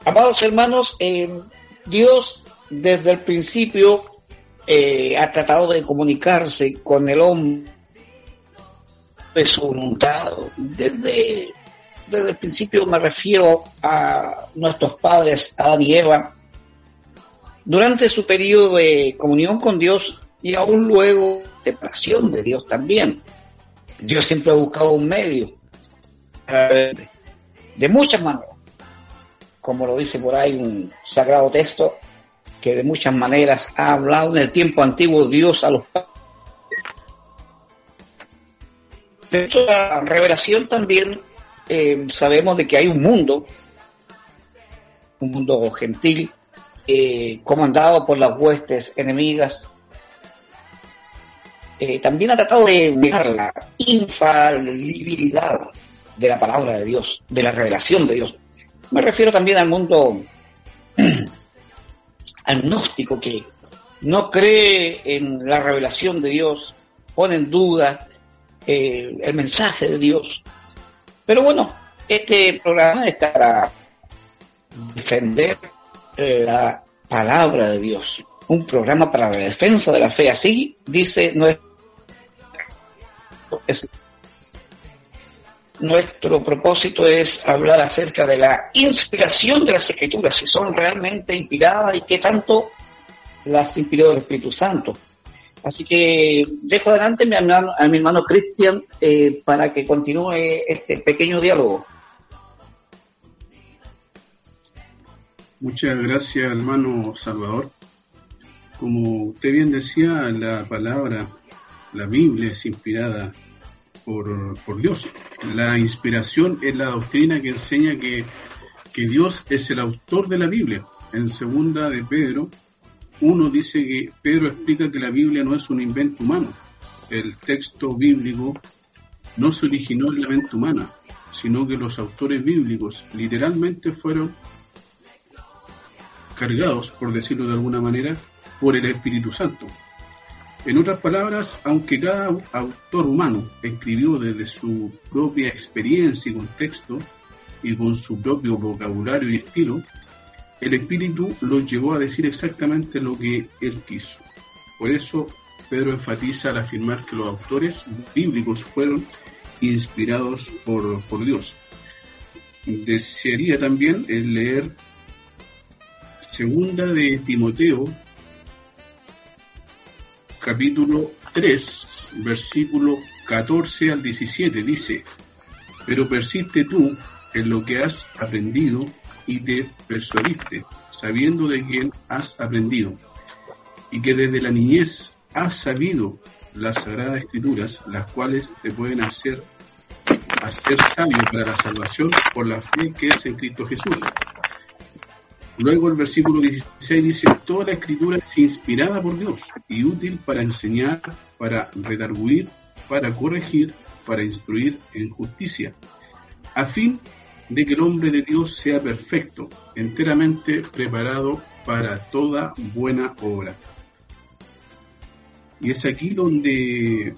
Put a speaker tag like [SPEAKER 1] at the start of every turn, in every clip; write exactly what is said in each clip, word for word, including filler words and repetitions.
[SPEAKER 1] Amados hermanos, eh, Dios desde el principio eh, ha tratado de comunicarse con el hombre de su voluntad. Desde, desde el principio me refiero a nuestros padres, Adán y Eva, durante su periodo de comunión con Dios y aún luego de separación de Dios también. Dios siempre ha buscado un medio, eh, de muchas maneras, como lo dice por ahí un sagrado texto, que de muchas maneras ha hablado en el tiempo antiguo Dios a los padres. Pero la revelación también eh, sabemos de que hay un mundo, un mundo gentil, eh, comandado por las huestes enemigas. Eh, también ha tratado de negar la infalibilidad de la palabra de Dios, de la revelación de Dios. Me refiero también al mundo agnóstico, que no cree en la revelación de Dios, pone en duda eh, el mensaje de Dios. Pero bueno, este programa está para defender eh, la palabra de Dios, un programa para la defensa de la fe. Así dice nuestro, es, nuestro propósito es hablar acerca de la inspiración de las Escrituras, si son realmente inspiradas y qué tanto las inspiró el Espíritu Santo. Así que dejo adelante a mi hermano, a mi hermano Cristian eh, para que continúe este pequeño diálogo.
[SPEAKER 2] Muchas gracias, hermano Salvador. Como usted bien decía, la palabra, la Biblia es inspirada por, por Dios. La inspiración es la doctrina que enseña que, que Dios es el autor de la Biblia. En segunda de Pedro uno dice que Pedro explica que la Biblia no es un invento humano. El texto bíblico no se originó en la mente humana, sino que los autores bíblicos literalmente fueron cargados, por decirlo de alguna manera, por el Espíritu Santo. En otras palabras, aunque cada autor humano escribió desde su propia experiencia y contexto y con su propio vocabulario y estilo, el Espíritu los llevó a decir exactamente lo que él quiso. Por eso Pedro enfatiza al afirmar que los autores bíblicos fueron inspirados por, por Dios. Desearía también leer segunda de Timoteo, capítulo tres, versículo catorce al diecisiete, dice: pero persiste tú en lo que has aprendido y te persuadiste, sabiendo de quién has aprendido, y que desde la niñez has sabido las sagradas escrituras, las cuales te pueden hacer, hacer sabio para la salvación por la fe que es en Cristo Jesús. Luego el versículo dieciséis dice: toda la escritura es inspirada por Dios y útil para enseñar, para redarguir, para corregir, para instruir en justicia, a fin de que el hombre de Dios sea perfecto, enteramente preparado para toda buena obra. Y es aquí donde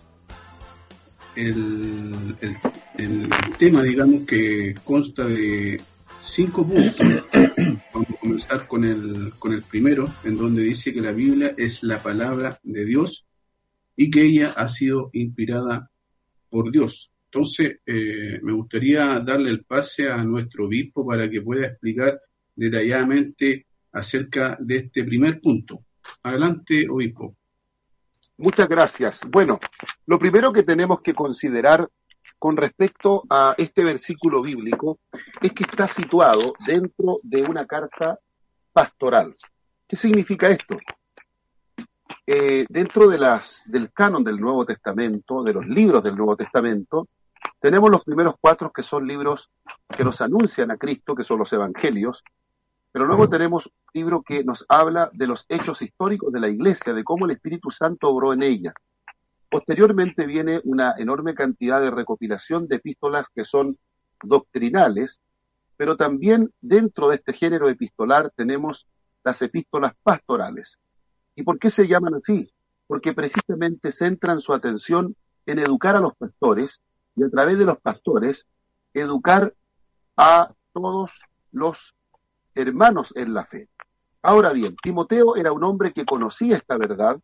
[SPEAKER 2] el, el, el tema, digamos, que consta de cinco puntos. Vamos a comenzar con el, con el primero, en donde dice que la Biblia es la palabra de Dios y que ella ha sido inspirada por Dios. Entonces, eh, me gustaría darle el pase a nuestro obispo para que pueda explicar detalladamente acerca de este primer punto. Adelante, obispo.
[SPEAKER 3] Muchas gracias. Bueno, lo primero que tenemos que considerar con respecto a este versículo bíblico es que está situado dentro de una carta pastoral. ¿Qué significa esto? Eh, dentro de las, del canon del Nuevo Testamento, de los libros del Nuevo Testamento, tenemos los primeros cuatro que son libros que nos anuncian a Cristo, que son los evangelios, pero luego tenemos un libro que nos habla de los hechos históricos de la Iglesia, de cómo el Espíritu Santo obró en ella. Posteriormente viene una enorme cantidad de recopilación de epístolas que son doctrinales, pero también dentro de este género epistolar tenemos las epístolas pastorales. ¿Y por qué se llaman así? Porque precisamente centran su atención en educar a los pastores y a través de los pastores educar a todos los hermanos en la fe. Ahora bien, Timoteo era un hombre que conocía esta verdad,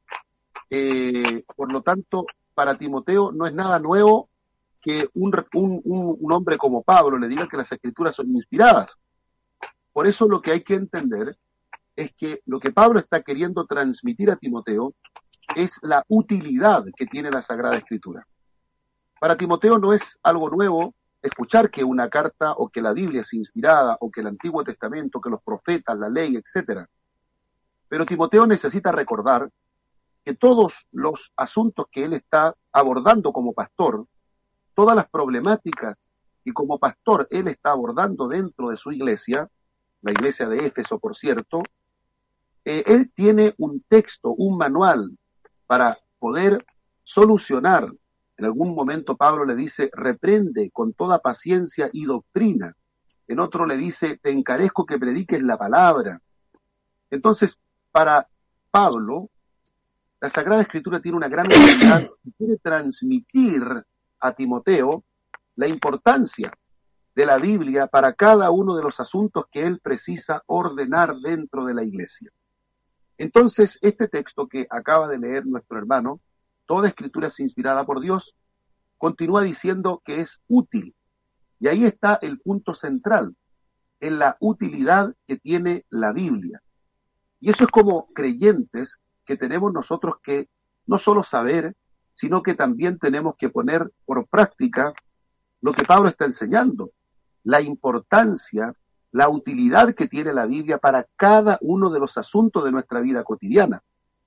[SPEAKER 3] eh, por lo tanto, para Timoteo no es nada nuevo que un, un, un, un hombre como Pablo le diga que las escrituras son inspiradas. Por eso lo que hay que entender es que lo que Pablo está queriendo transmitir a Timoteo es la utilidad que tiene la Sagrada Escritura. Para Timoteo no es algo nuevo escuchar que una carta o que la Biblia es inspirada o que el Antiguo Testamento, que los profetas, la ley, etcétera. Pero Timoteo necesita recordar que todos los asuntos que él está abordando como pastor, todas las problemáticas que como pastor él está abordando dentro de su iglesia, la iglesia de Éfeso, por cierto, eh, él tiene un texto, un manual para poder solucionar. En algún momento Pablo le dice, reprende con toda paciencia y doctrina. En otro le dice, te encarezco que prediques la palabra. Entonces, para Pablo, la Sagrada Escritura tiene una gran utilidad y quiere transmitir a Timoteo la importancia de la Biblia para cada uno de los asuntos que él precisa ordenar dentro de la iglesia. Entonces, este texto que acaba de leer nuestro hermano, toda escritura es inspirada por Dios, continúa diciendo que es útil. Y ahí está el punto central, en la utilidad que tiene la Biblia. Y eso es como creyentes que tenemos nosotros que no solo saber, sino que también tenemos que poner por práctica lo que Pablo está enseñando, la importancia, la utilidad que tiene la Biblia para cada uno de los asuntos de nuestra vida cotidiana.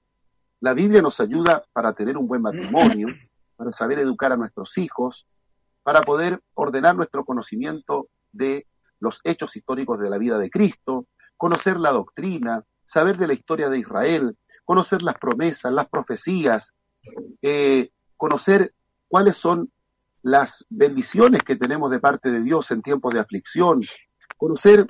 [SPEAKER 3] La Biblia nos ayuda para tener un buen matrimonio, para saber educar a nuestros hijos, para poder ordenar nuestro conocimiento de los hechos históricos de la vida de Cristo, conocer la doctrina, saber de la historia de Israel, conocer las promesas, las profecías, eh, conocer cuáles son las bendiciones que tenemos de parte de Dios en tiempos de aflicción, conocer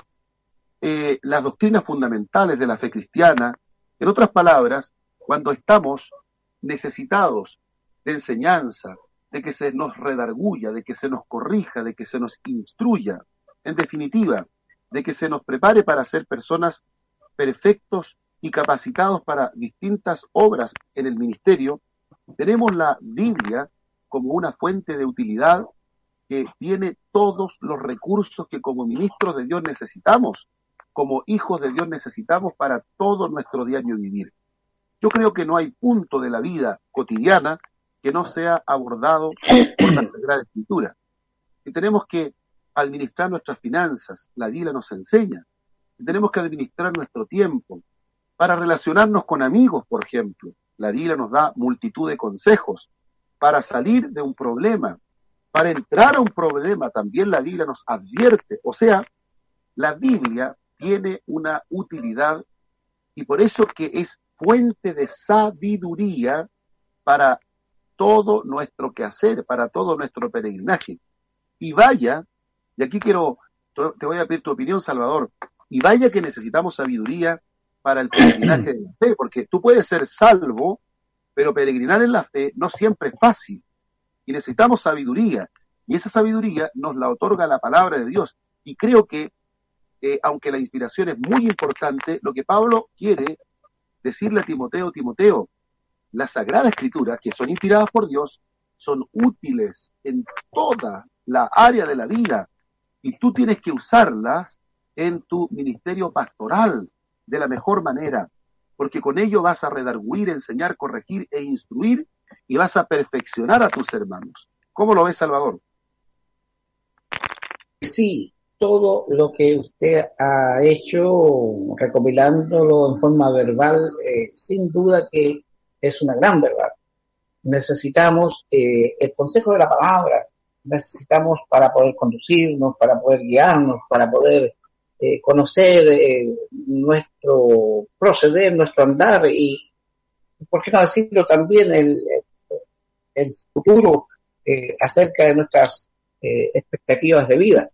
[SPEAKER 3] eh, las doctrinas fundamentales de la fe cristiana. En otras palabras, cuando estamos necesitados de enseñanza, de que se nos redarguya, de que se nos corrija, de que se nos instruya, en definitiva, de que se nos prepare para ser personas perfectos y capacitados para distintas obras en el ministerio, tenemos la Biblia como una fuente de utilidad que tiene todos los recursos que como ministros de Dios necesitamos, como hijos de Dios necesitamos para todo nuestro diario vivir. Yo creo que no hay punto de la vida cotidiana que no sea abordado por la Sagrada Escritura. Y tenemos que administrar nuestras finanzas, la Biblia nos enseña. Y tenemos que administrar nuestro tiempo para relacionarnos con amigos, por ejemplo. La Biblia nos da multitud de consejos para salir de un problema, para entrar a un problema, también la Biblia nos advierte. O sea, la Biblia tiene una utilidad y por eso que es fuente de sabiduría para todo nuestro quehacer, para todo nuestro peregrinaje. Y vaya, y aquí quiero, te voy a pedir tu opinión, Salvador, y vaya que necesitamos sabiduría para el peregrinaje de la fe, porque tú puedes ser salvo, pero peregrinar en la fe no siempre es fácil, y necesitamos sabiduría, y esa sabiduría nos la otorga la palabra de Dios, y creo que, eh, aunque la inspiración es muy importante, lo que Pablo quiere decirle a Timoteo, Timoteo, las Sagradas Escrituras, que son inspiradas por Dios, son útiles en toda la área de la vida, y tú tienes que usarlas en tu ministerio pastoral de la mejor manera, porque con ello vas a redarguir, enseñar, corregir e instruir, y vas a perfeccionar a tus hermanos. ¿Cómo lo ves, Salvador?
[SPEAKER 1] Sí, todo lo que usted ha hecho, recopilándolo en forma verbal, eh, sin duda que es una gran verdad. Necesitamos eh, el consejo de la palabra, necesitamos para poder conducirnos, para poder guiarnos, para poder eh, conocer eh, nuestro proceder, nuestro andar y, por qué no decirlo, también el, el futuro eh, acerca de nuestras eh, expectativas de vida.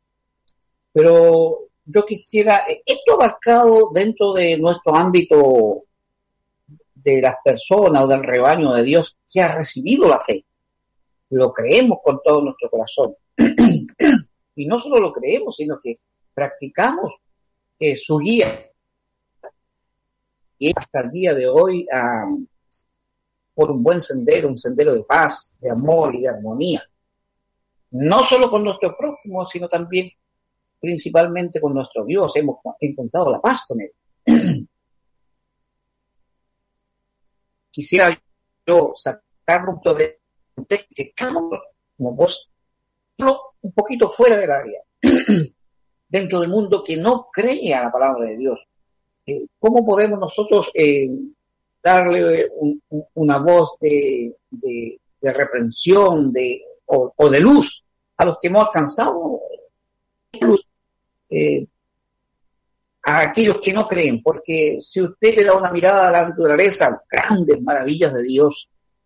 [SPEAKER 1] Pero yo quisiera, esto abarcado dentro de nuestro ámbito de las personas o del rebaño de Dios que ha recibido la fe. Lo creemos con todo nuestro corazón. Y no solo lo creemos, sino que practicamos eh, su guía, y hasta el día de hoy uh, por un buen sendero, un sendero de paz, de amor y de armonía, no solo con nuestro prójimo, sino también principalmente con nuestro Dios. Hemos encontrado la paz con Él. Quisiera yo sacar un poco de contexto, que estamos como vos, un poquito fuera del área, dentro del mundo que no cree a la palabra de Dios. Eh, ¿Cómo podemos nosotros eh, darle un, un, una voz de, de, de reprensión de, o, o de luz a los que hemos alcanzado luz, eh, a aquellos que no creen? Porque si usted le da una mirada a la naturaleza, grandes maravillas de Dios,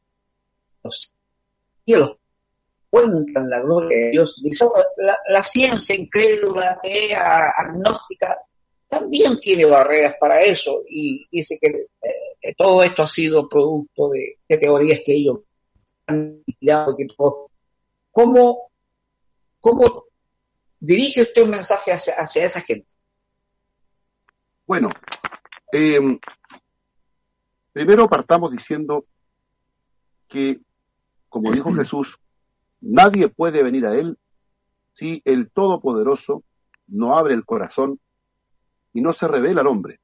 [SPEAKER 1] los cielos cuentan la gloria de Dios. Dice, la, la ciencia incrédula, atea, agnóstica, también tiene barreras para eso, y dice que, eh, que todo esto ha sido producto de, de teorías que ellos han creado. ¿Cómo, ¿Cómo dirige usted un mensaje hacia, hacia esa gente?
[SPEAKER 3] Bueno, eh, primero partamos diciendo que, como dijo Jesús, nadie puede venir a Él si el Todopoderoso no abre el corazón y no se revela al hombre.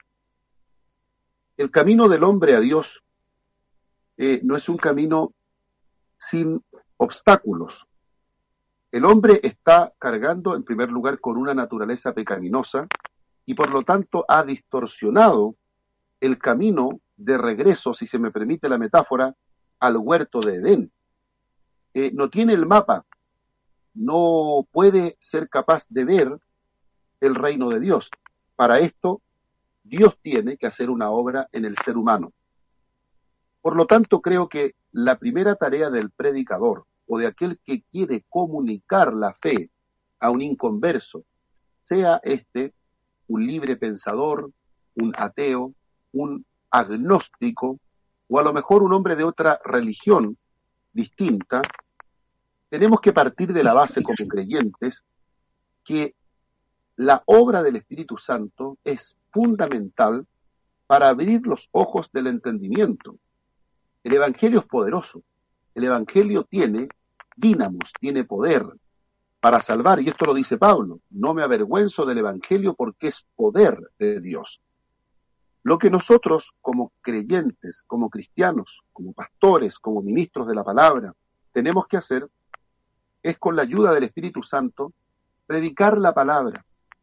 [SPEAKER 3] El camino del hombre a Dios eh, no es un camino sin obstáculos. El hombre está cargando, en primer lugar, con una naturaleza pecaminosa y por lo tanto ha distorsionado el camino de regreso, si se me permite la metáfora, al huerto de Edén. Eh, no tiene el mapa, no puede ser capaz de ver el reino de Dios. Para esto, Dios tiene que hacer una obra en el ser humano. Por lo tanto, creo que la primera tarea del predicador o de aquel que quiere comunicar la fe a un inconverso, sea este un libre pensador, un ateo, un agnóstico, o a lo mejor un hombre de otra religión distinta, tenemos que partir de la base como creyentes que la obra del Espíritu Santo es fundamental para abrir los ojos del entendimiento. El Evangelio es poderoso. El Evangelio tiene dínamos, tiene poder para salvar. Y esto lo dice Pablo. No me avergüenzo del Evangelio porque es poder de Dios. Lo que nosotros como creyentes, como cristianos, como pastores, como ministros de la palabra, tenemos que hacer es, con la ayuda del Espíritu Santo, predicar la palabra.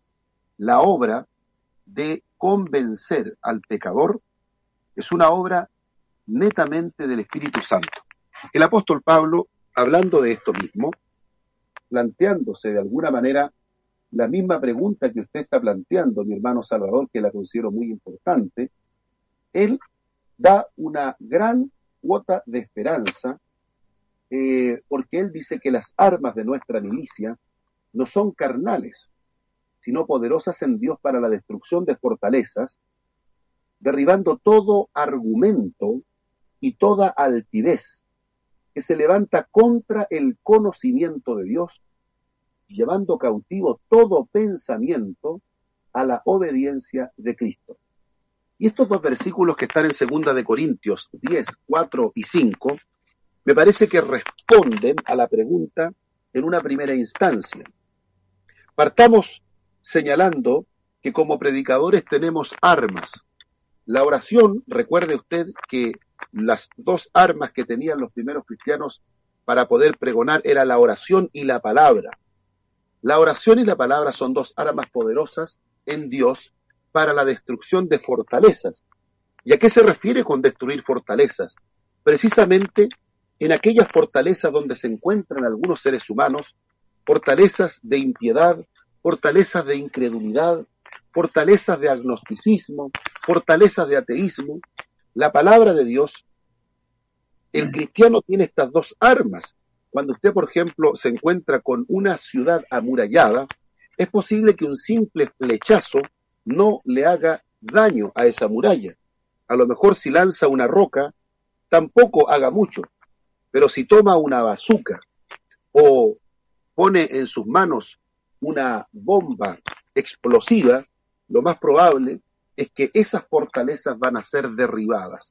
[SPEAKER 3] La obra de convencer al pecador es una obra netamente del Espíritu Santo. El apóstol Pablo, hablando de esto mismo, planteándose de alguna manera la misma pregunta que usted está planteando, mi hermano Salvador, que la considero muy importante, él da una gran cuota de esperanza, eh, porque él dice que las armas de nuestra milicia no son carnales, sino poderosas en Dios para la destrucción de fortalezas, derribando todo argumento y toda altivez que se levanta contra el conocimiento de Dios, llevando cautivo todo pensamiento a la obediencia de Cristo. Y estos dos versículos que están en segunda de Corintios diez, cuatro y cinco, me parece que responden a la pregunta en una primera instancia. Partamos señalando que como predicadores tenemos armas. La oración, recuerde usted que las dos armas que tenían los primeros cristianos para poder pregonar era la oración y la palabra. La oración y la palabra son dos armas poderosas en Dios para la destrucción de fortalezas. ¿Y a qué se refiere con destruir fortalezas? Precisamente en aquellas fortalezas donde se encuentran algunos seres humanos, fortalezas de impiedad, fortalezas de incredulidad, fortalezas de agnosticismo, fortalezas de ateísmo. La palabra de Dios, el cristiano tiene estas dos armas. Cuando usted, por ejemplo, se encuentra con una ciudad amurallada, es posible que un simple flechazo no le haga daño a esa muralla. A lo mejor si lanza una roca, tampoco haga mucho. Pero si toma una bazuca o pone en sus manos una bomba explosiva, lo más probable es que esas fortalezas van a ser derribadas.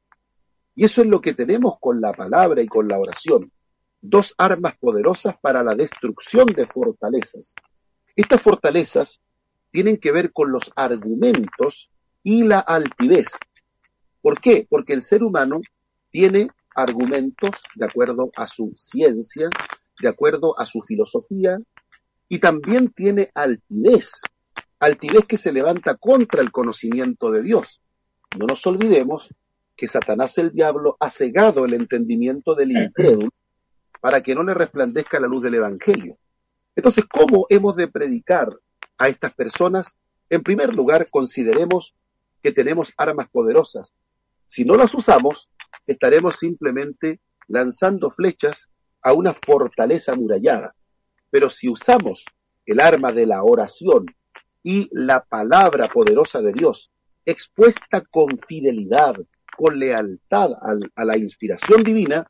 [SPEAKER 3] Y eso es lo que tenemos con la palabra y con la oración. Dos armas poderosas para la destrucción de fortalezas. Estas fortalezas tienen que ver con los argumentos y la altivez. ¿Por qué? Porque el ser humano tiene argumentos de acuerdo a su ciencia, de acuerdo a su filosofía, y también tiene altivez, altivez que se levanta contra el conocimiento de Dios. No nos olvidemos que Satanás el diablo ha cegado el entendimiento del incrédulo para que no le resplandezca la luz del Evangelio. Entonces, ¿cómo hemos de predicar a estas personas? En primer lugar, consideremos que tenemos armas poderosas. Si no las usamos, estaremos simplemente lanzando flechas a una fortaleza amurallada. Pero si usamos el arma de la oración y la palabra poderosa de Dios, expuesta con fidelidad, con lealtad al, a la inspiración divina,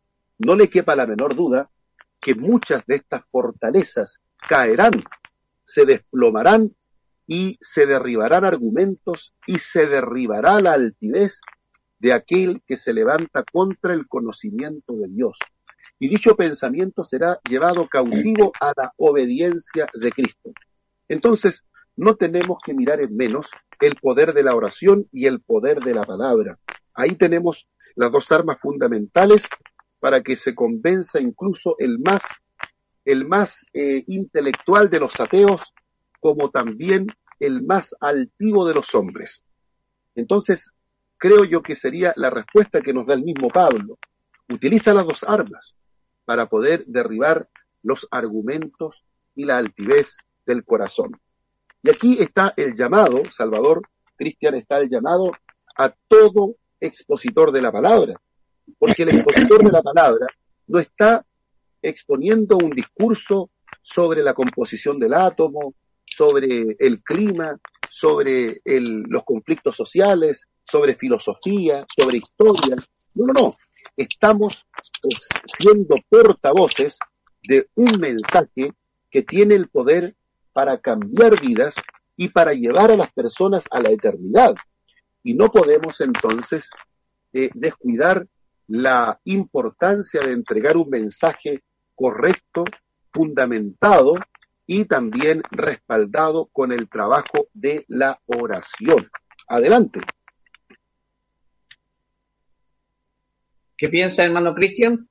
[SPEAKER 3] no le quepa la menor duda que muchas de estas fortalezas caerán, se desplomarán y se derribarán argumentos y se derribará la altivez de aquel que se levanta contra el conocimiento de Dios. Y dicho pensamiento será llevado cautivo a la obediencia de Cristo. Entonces, no tenemos que mirar en menos el poder de la oración y el poder de la palabra. Ahí tenemos las dos armas fundamentales para que se convenza incluso el más, el más eh, intelectual de los ateos, como también el más altivo de los hombres. Entonces, creo yo que sería la respuesta que nos da el mismo Pablo. Utiliza las dos armas para poder derribar los argumentos y la altivez del corazón. Y aquí está el llamado, Salvador, Cristian, está el llamado a todo expositor de la palabra, porque el expositor de la palabra no está exponiendo un discurso sobre la composición del átomo, sobre el clima, sobre el, los conflictos sociales, sobre filosofía, sobre historia. No, no, no. Estamos siendo portavoces de un mensaje que tiene el poder para cambiar vidas y para llevar a las personas a la eternidad. Y no podemos entonces eh, descuidar la importancia de entregar un mensaje correcto, fundamentado y también respaldado con el trabajo de la oración. Adelante.
[SPEAKER 1] ¿Qué piensa, hermano Cristian?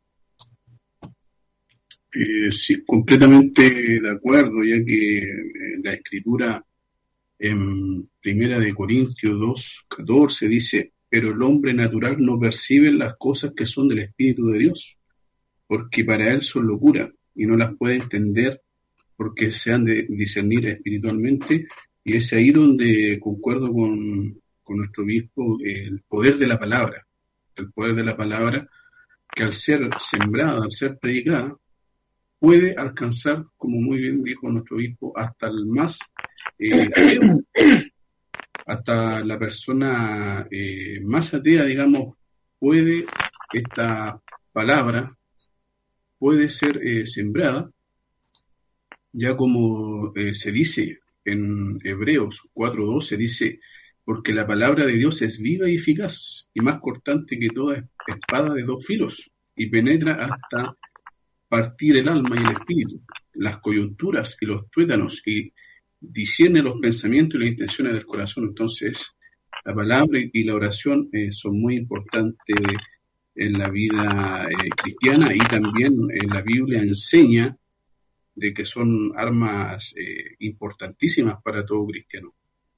[SPEAKER 2] Eh, sí, completamente de acuerdo, ya que eh, la Escritura en Primera de Corintios dos, catorce dice: pero el hombre natural no percibe las cosas que son del Espíritu de Dios, porque para él son locura, y no las puede entender porque se han de discernir espiritualmente. Y es ahí donde concuerdo con, con nuestro obispo, el poder de la palabra, el poder de la palabra que al ser sembrada, al ser predicada, puede alcanzar, como muy bien dijo nuestro obispo, hasta el más eh, ateo, hasta la persona eh, más atea, digamos, puede, esta palabra puede ser eh, sembrada, ya como eh, se dice en Hebreos cuatro doce, dice: porque la palabra de Dios es viva y eficaz, y más cortante que toda espada de dos filos, y penetra hasta partir el alma y el espíritu, las coyunturas y los tuétanos, y discierne los pensamientos y las intenciones del corazón. Entonces, la palabra y la oración eh, son muy importantes en la vida eh, cristiana, y también en la Biblia enseña de que son armas eh, importantísimas para todo cristiano.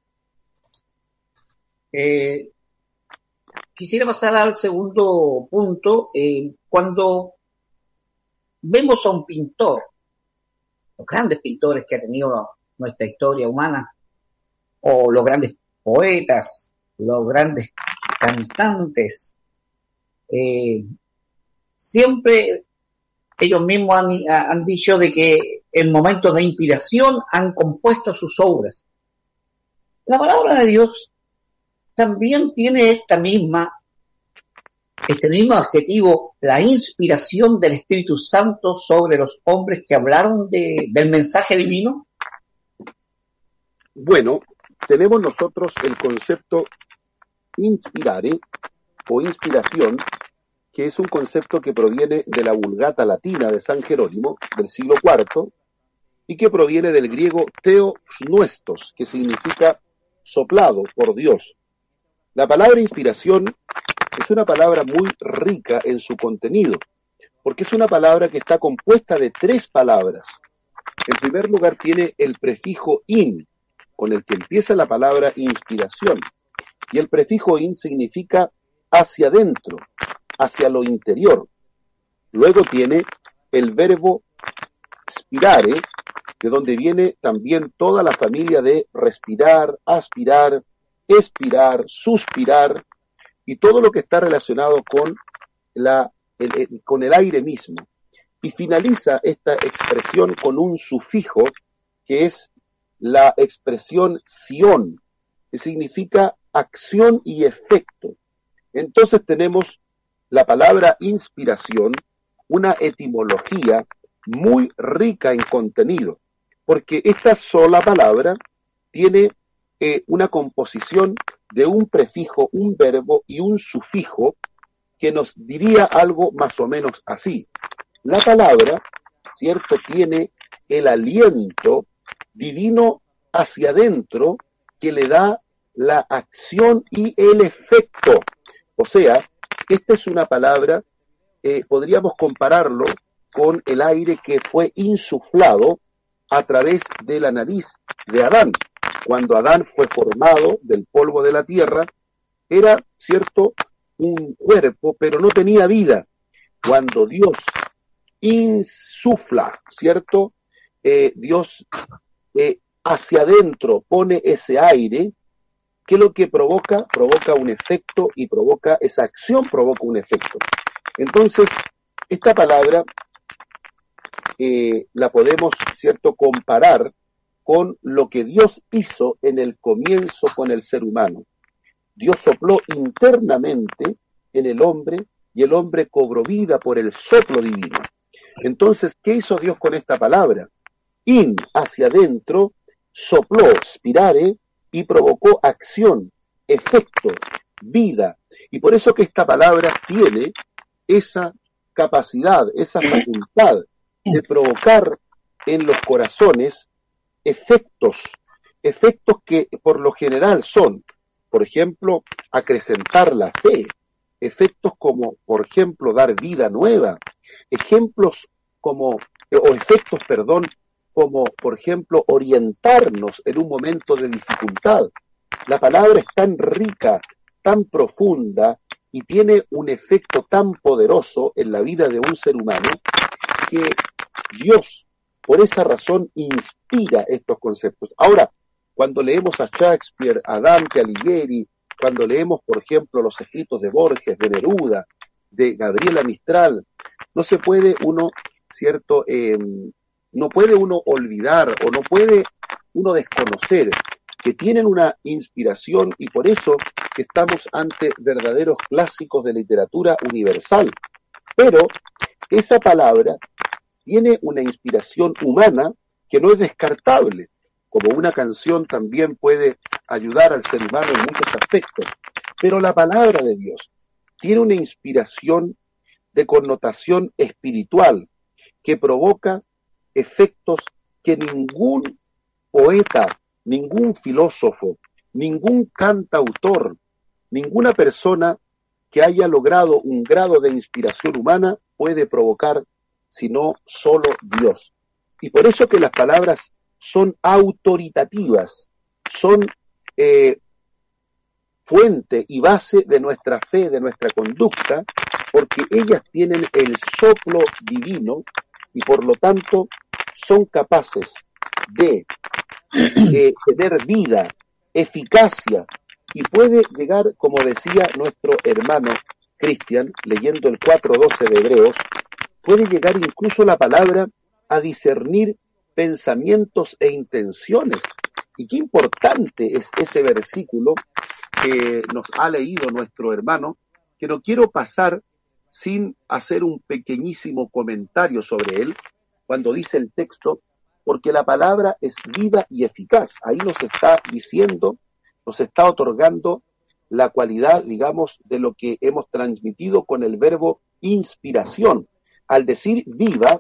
[SPEAKER 1] Eh, quisiera pasar al segundo punto. Eh, cuando vemos a un pintor, los grandes pintores que ha tenido nuestra historia humana, o los grandes poetas, los grandes cantantes, eh, siempre ellos mismos han, han dicho de que en momentos de inspiración han compuesto sus obras. La palabra de Dios también tiene esta misma, este mismo adjetivo, la inspiración del Espíritu Santo sobre los hombres que hablaron de, del mensaje divino.
[SPEAKER 3] Bueno, tenemos nosotros el concepto inspirare o inspiración, que es un concepto que proviene de la Vulgata latina de San Jerónimo, del siglo cuarto, y que proviene del griego theopneustos, que significa soplado por Dios. La palabra inspiración es una palabra muy rica en su contenido, porque es una palabra que está compuesta de tres palabras. En primer lugar tiene el prefijo in, con el que empieza la palabra inspiración, y el prefijo in significa hacia adentro, hacia lo interior. Luego tiene el verbo spirare, de donde viene también toda la familia de respirar, aspirar, expirar, suspirar, y todo lo que está relacionado con, la, el, el, con el aire mismo. Y finaliza esta expresión con un sufijo, que es la expresión sion, que significa acción y efecto. Entonces tenemos la palabra inspiración, una etimología muy rica en contenido, porque esta sola palabra tiene eh, una composición de un prefijo, un verbo y un sufijo que nos diría algo más o menos así. La palabra, cierto, tiene el aliento divino hacia adentro que le da la acción y el efecto. O sea, esta es una palabra, eh, podríamos compararlo con el aire que fue insuflado a través de la nariz de Adán. Cuando Adán fue formado del polvo de la tierra, era, cierto, un cuerpo, pero no tenía vida. Cuando Dios insufla, ¿cierto? Eh, Dios eh, hacia adentro pone ese aire, ¿qué es lo que provoca? Provoca un efecto y provoca, esa acción provoca un efecto. Entonces, esta palabra eh, la podemos, ¿cierto?, comparar con lo que Dios hizo en el comienzo con el ser humano. Dios sopló internamente en el hombre y el hombre cobró vida por el soplo divino. Entonces, ¿qué hizo Dios con esta palabra? In, hacia adentro, sopló, spirare, y provocó acción, efecto, vida. Y por eso que esta palabra tiene esa capacidad, esa facultad de provocar en los corazones efectos, efectos que por lo general son, por ejemplo, acrecentar la fe, efectos como, por ejemplo, dar vida nueva, ejemplos como, o efectos, perdón, como, por ejemplo, orientarnos en un momento de dificultad. La palabra es tan rica, tan profunda y tiene un efecto tan poderoso en la vida de un ser humano que Dios, por esa razón, inspira estos conceptos. Ahora, cuando leemos a Shakespeare, a Dante Alighieri, cuando leemos, por ejemplo, los escritos de Borges, de Neruda, de Gabriela Mistral, no se puede uno, cierto, eh, no puede uno olvidar o no puede uno desconocer que tienen una inspiración y por eso que estamos ante verdaderos clásicos de literatura universal. Pero esa palabra tiene una inspiración humana que no es descartable, como una canción también puede ayudar al ser humano en muchos aspectos. Pero la palabra de Dios tiene una inspiración de connotación espiritual que provoca efectos que ningún poeta, ningún filósofo, ningún cantautor, ninguna persona que haya logrado un grado de inspiración humana puede provocar, sino solo Dios. Y por eso que las palabras son autoritativas, son eh, fuente y base de nuestra fe, de nuestra conducta, porque ellas tienen el soplo divino y por lo tanto son capaces de, de tener vida, eficacia, y puede llegar, como decía nuestro hermano Cristian, leyendo el cuatro doce de Hebreos, puede llegar incluso la palabra a discernir pensamientos e intenciones. Y qué importante es ese versículo que nos ha leído nuestro hermano, que no quiero pasar sin hacer un pequeñísimo comentario sobre él, cuando dice el texto, porque la palabra es viva y eficaz. Ahí nos está diciendo, nos está otorgando la cualidad, digamos, de lo que hemos transmitido con el verbo inspiración. Al decir viva,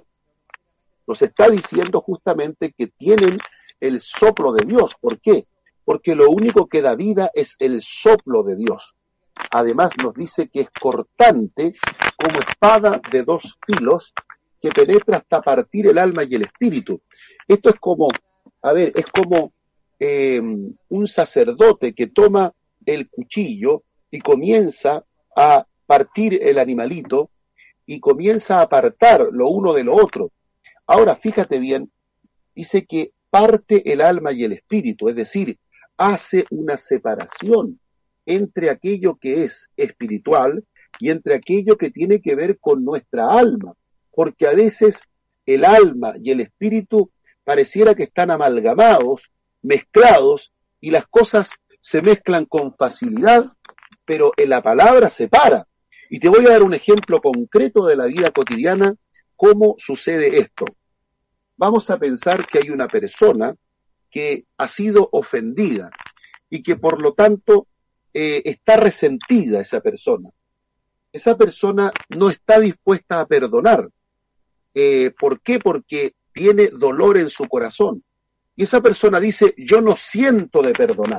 [SPEAKER 3] nos está diciendo justamente que tienen el soplo de Dios. ¿Por qué? Porque lo único que da vida es el soplo de Dios. Además nos dice que es cortante como espada de dos filos que penetra hasta partir el alma y el espíritu. Esto es como, a ver, es como eh, un sacerdote que toma el cuchillo y comienza a partir el animalito y comienza a apartar lo uno de lo otro. Ahora, fíjate bien, dice que parte el alma y el espíritu, es decir, hace una separación entre aquello que es espiritual y entre aquello que tiene que ver con nuestra alma, porque a veces el alma y el espíritu pareciera que están amalgamados, mezclados, y las cosas se mezclan con facilidad, pero en la palabra separa. Y te voy a dar un ejemplo concreto de la vida cotidiana, cómo sucede esto. Vamos a pensar que hay una persona que ha sido ofendida y que por lo tanto eh, está resentida esa persona. Esa persona no está dispuesta a perdonar. Eh, ¿Por qué? Porque tiene dolor en su corazón. Y esa persona dice, yo no siento de perdonar.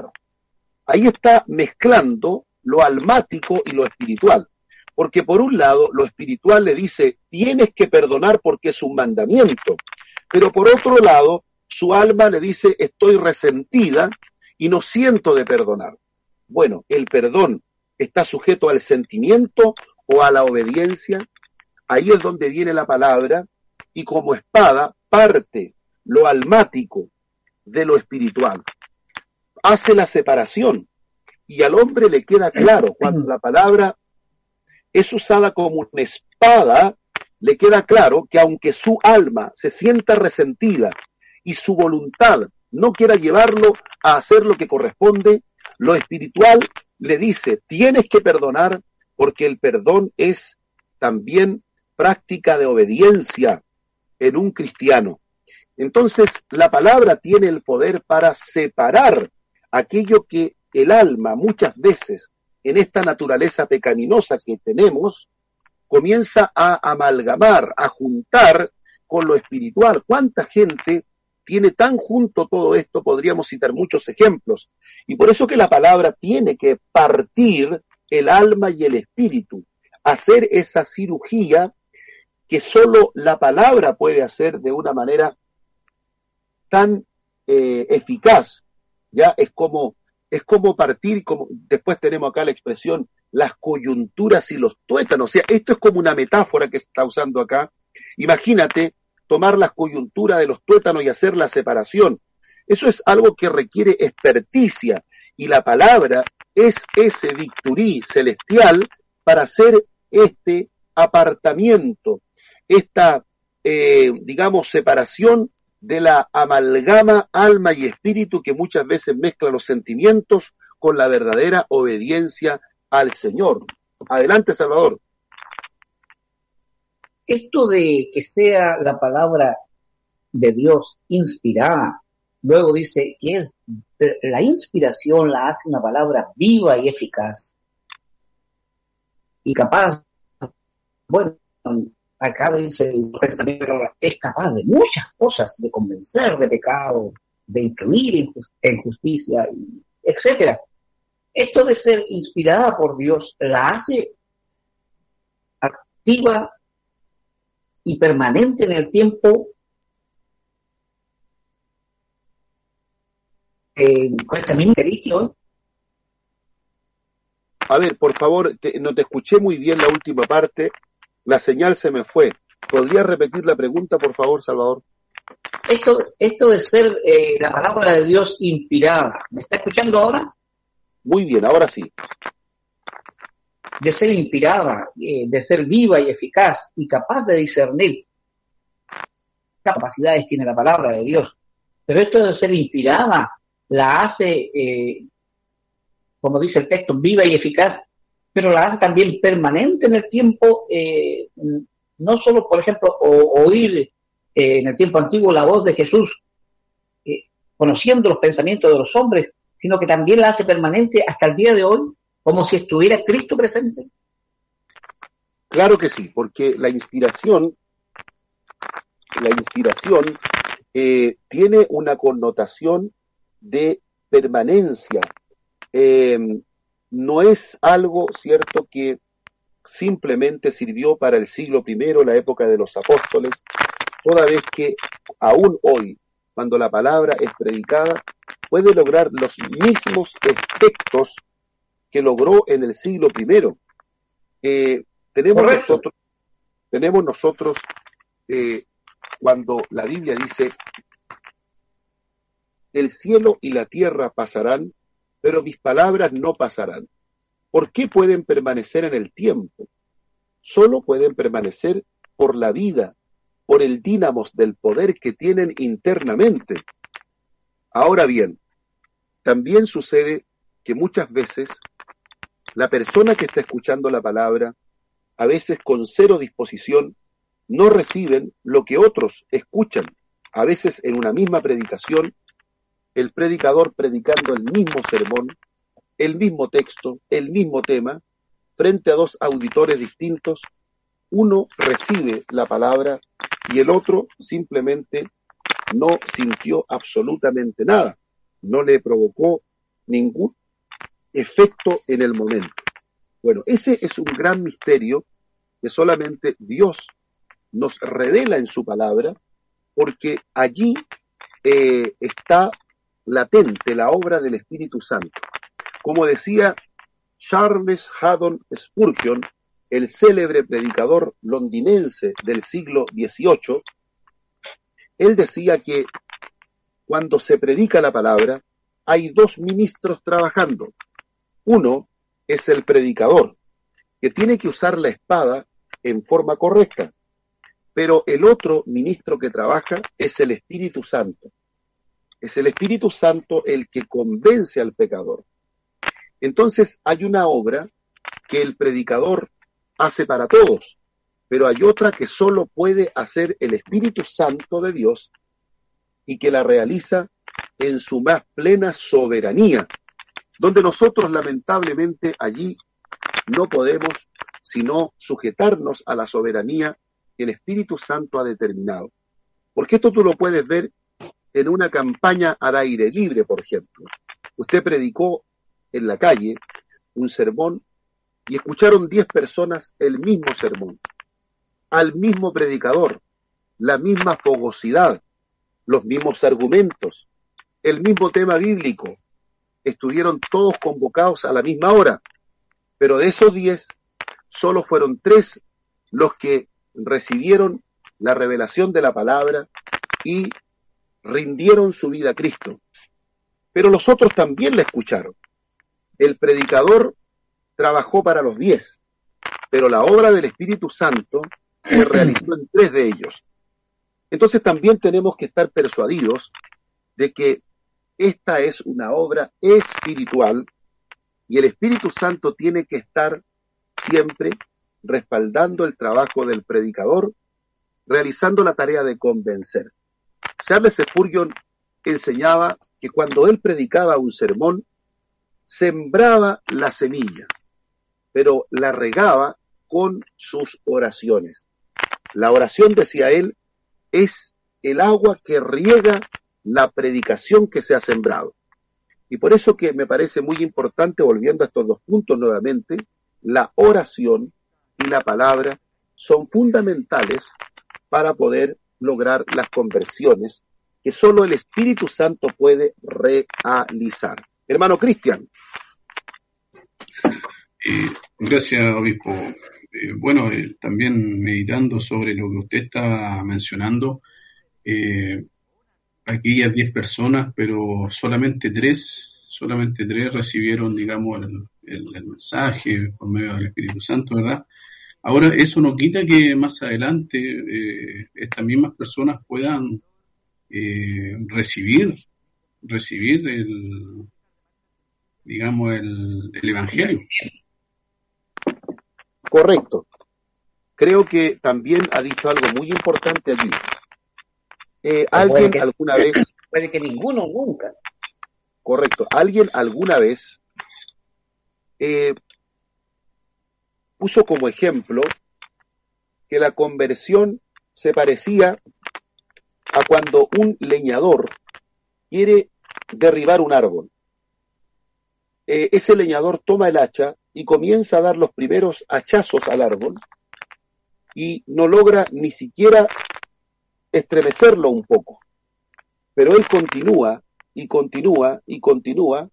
[SPEAKER 3] Ahí está mezclando lo almático y lo espiritual. Porque por un lado, lo espiritual le dice, tienes que perdonar porque es un mandamiento. Pero por otro lado, su alma le dice, estoy resentida y no siento de perdonar. Bueno, el perdón está sujeto al sentimiento o a la obediencia. Ahí es donde viene la palabra y como espada parte lo almático de lo espiritual. Hace la separación y al hombre le queda claro cuando la palabra es usada como una espada, le queda claro que aunque su alma se sienta resentida y su voluntad no quiera llevarlo a hacer lo que corresponde, lo espiritual le dice, tienes que perdonar porque el perdón es también práctica de obediencia en un cristiano. Entonces, la palabra tiene el poder para separar aquello que el alma muchas veces en esta naturaleza pecaminosa que tenemos, comienza a amalgamar, a juntar con lo espiritual. ¿Cuánta gente tiene tan junto todo esto? Podríamos citar muchos ejemplos. Y por eso que la palabra tiene que partir el alma y el espíritu, hacer esa cirugía que solo la palabra puede hacer de una manera tan eh, eficaz. Ya es como es como partir, como después tenemos acá la expresión, las coyunturas y los tuétanos. O sea, esto es como una metáfora que se está usando acá. Imagínate tomar las coyunturas de los tuétanos y hacer la separación. Eso es algo que requiere experticia y la palabra es ese bisturí celestial para hacer este apartamiento, esta, eh, digamos, separación de la amalgama alma y espíritu que muchas veces mezcla los sentimientos con la verdadera obediencia al Señor. Adelante, Salvador.
[SPEAKER 1] Esto de que sea la palabra de Dios inspirada, luego dice que es la inspiración la hace una palabra viva y eficaz y capaz, bueno, acá dice, es capaz de muchas cosas, de convencer de pecado, de incluir en justicia, etcétera. Esto de ser inspirada por Dios la hace activa y permanente en el tiempo. Eh, con esta misma característica.
[SPEAKER 3] A ver, por favor, te, no te escuché muy bien la última parte. La señal se me fue. ¿Podrías repetir la pregunta, por favor, Salvador?
[SPEAKER 1] Esto, esto de ser eh, la palabra de Dios inspirada, ¿me está escuchando ahora?
[SPEAKER 3] Muy bien, ahora sí.
[SPEAKER 1] De ser inspirada, eh, de ser viva y eficaz y capaz de discernir. ¿Qué capacidades tiene la palabra de Dios? Pero esto de ser inspirada la hace, eh, como dice el texto, viva y eficaz, pero la hace también permanente en el tiempo, eh, no solo, por ejemplo, o, oír eh, en el tiempo antiguo la voz de Jesús, eh, conociendo los pensamientos de los hombres, sino que también la hace permanente hasta el día de hoy, como si estuviera Cristo presente?
[SPEAKER 3] Claro que sí, porque la inspiración, la inspiración eh, tiene una connotación de permanencia. Eh, no es algo, cierto, que simplemente sirvió para el siglo primero, la época de los apóstoles, toda vez que aún hoy, cuando la palabra es predicada, puede lograr los mismos efectos que logró en el siglo primero. Eh, tenemos
[SPEAKER 1] Correcto.
[SPEAKER 3] nosotros, tenemos nosotros eh, cuando la Biblia dice, el cielo y la tierra pasarán, pero mis palabras no pasarán. ¿Por qué pueden permanecer en el tiempo? Solo pueden permanecer por la vida, por el dínamos del poder que tienen internamente. Ahora bien, también sucede que muchas veces la persona que está escuchando la palabra, a veces con cero disposición, no reciben lo que otros escuchan. A veces en una misma predicación, el predicador predicando el mismo sermón, el mismo texto, el mismo tema, frente a dos auditores distintos, uno recibe la palabra y el otro simplemente no sintió absolutamente nada, no le provocó ningún efecto en el momento. Bueno, ese es un gran misterio que solamente Dios nos revela en su palabra, porque allí eh, está latente la obra del Espíritu Santo. Como decía Charles Haddon Spurgeon, el célebre predicador londinense del siglo dieciocho, él decía que cuando se predica la palabra, hay dos ministros trabajando. Uno es el predicador, que tiene que usar la espada en forma correcta, pero el otro ministro que trabaja es el Espíritu Santo. Es el Espíritu Santo el que convence al pecador. Entonces hay una obra que el predicador hace para todos, pero hay otra que solo puede hacer el Espíritu Santo de Dios y que la realiza en su más plena soberanía, donde nosotros lamentablemente allí no podemos sino sujetarnos a la soberanía que el Espíritu Santo ha determinado. Porque esto tú lo puedes ver en una campaña al aire libre, por ejemplo. Usted predicó en la calle un sermón y escucharon diez personas el mismo sermón, al mismo predicador, la misma fogosidad, los mismos argumentos, el mismo tema bíblico. Estuvieron todos convocados a la misma hora, pero de esos diez, solo fueron tres los que recibieron la revelación de la palabra y rindieron su vida a Cristo. Pero los otros también la escucharon. El predicador trabajó para los diez, pero la obra del Espíritu Santo se realizó en tres de ellos. Entonces también tenemos que estar persuadidos de que esta es una obra espiritual y el Espíritu Santo tiene que estar siempre respaldando el trabajo del predicador, realizando la tarea de convencer. Charles Spurgeon enseñaba que cuando él predicaba un sermón, sembraba la semilla, pero la regaba con sus oraciones. La oración, decía él, es el agua que riega la predicación que se ha sembrado. Y por eso que me parece muy importante, volviendo a estos dos puntos nuevamente, la oración y la palabra son fundamentales para poder lograr las conversiones que solo el Espíritu Santo puede realizar. Hermano Cristian.
[SPEAKER 2] Eh, gracias, obispo. Eh, bueno, eh, también meditando sobre lo que usted estaba mencionando, eh, aquí hay diez personas, pero solamente tres, solamente tres recibieron, digamos, el, el, el mensaje por medio del Espíritu Santo, ¿verdad? Ahora, eso no quita que más adelante eh, estas mismas personas puedan eh, recibir, recibir el, digamos, el, el Evangelio.
[SPEAKER 3] Correcto. Creo que también ha dicho algo muy importante allí. eh, alguien
[SPEAKER 1] que,
[SPEAKER 3] alguna vez...
[SPEAKER 1] Puede que ninguno nunca.
[SPEAKER 3] Correcto. Alguien alguna vez eh, puso como ejemplo que la conversión se parecía a cuando un leñador quiere derribar un árbol. Eh, ese leñador toma el hacha y comienza a dar los primeros hachazos al árbol y no logra ni siquiera estremecerlo un poco. Pero él continúa y continúa y continúa,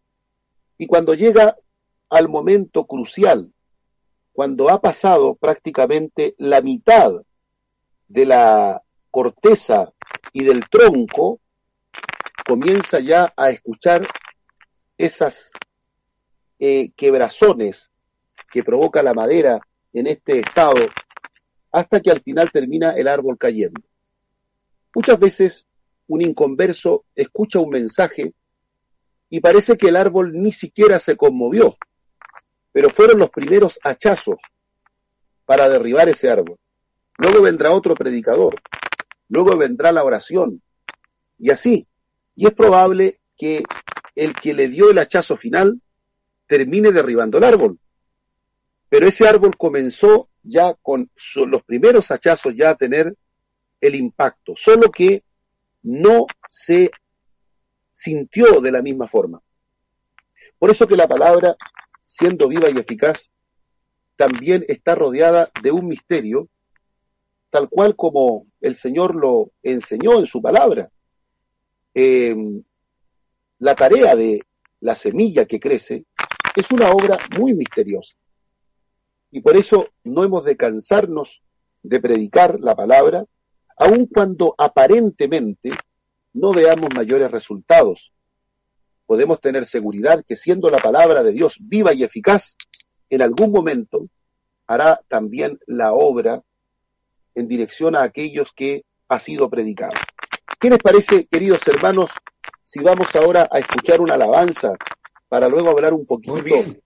[SPEAKER 3] y cuando llega al momento crucial, cuando ha pasado prácticamente la mitad de la corteza y del tronco, comienza ya a escuchar esas eh, quebrazones que provoca la madera en este estado, hasta que al final termina el árbol cayendo. Muchas veces un inconverso escucha un mensaje y parece que el árbol ni siquiera se conmovió, pero fueron los primeros hachazos para derribar ese árbol. Luego vendrá otro predicador, luego vendrá la oración, y así. Y es probable que el que le dio el hachazo final termine derribando el árbol. Pero ese árbol comenzó ya con los primeros hachazos ya a tener el impacto, solo que no se sintió de la misma forma. Por eso que la palabra, siendo viva y eficaz, también está rodeada de un misterio, tal cual como el Señor lo enseñó en su palabra. Eh, la tarea de la semilla que crece es una obra muy misteriosa. Y por eso no hemos de cansarnos de predicar la palabra, aun cuando aparentemente no veamos mayores resultados. Podemos tener seguridad que siendo la palabra de Dios viva y eficaz, en algún momento hará también la obra en dirección a aquellos que ha sido predicado. ¿Qué les parece, queridos hermanos, si vamos ahora a escuchar una alabanza para luego hablar un poquito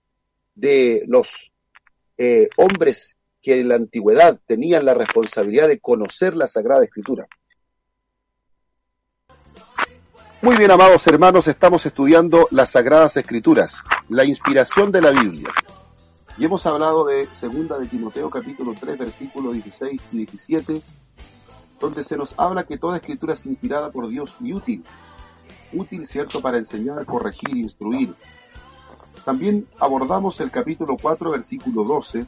[SPEAKER 3] de los eh, hombres que en la antigüedad tenían la responsabilidad de conocer la Sagrada Escritura? Muy bien, amados hermanos, estamos estudiando las Sagradas Escrituras, la inspiración de la Biblia. Y hemos hablado de Segunda de Timoteo, capítulo tres, versículos dieciséis y diecisiete, donde se nos habla que toda escritura es inspirada por Dios y útil. Útil, cierto, para enseñar, corregir, instruir. También abordamos el capítulo cuatro, versículo doce,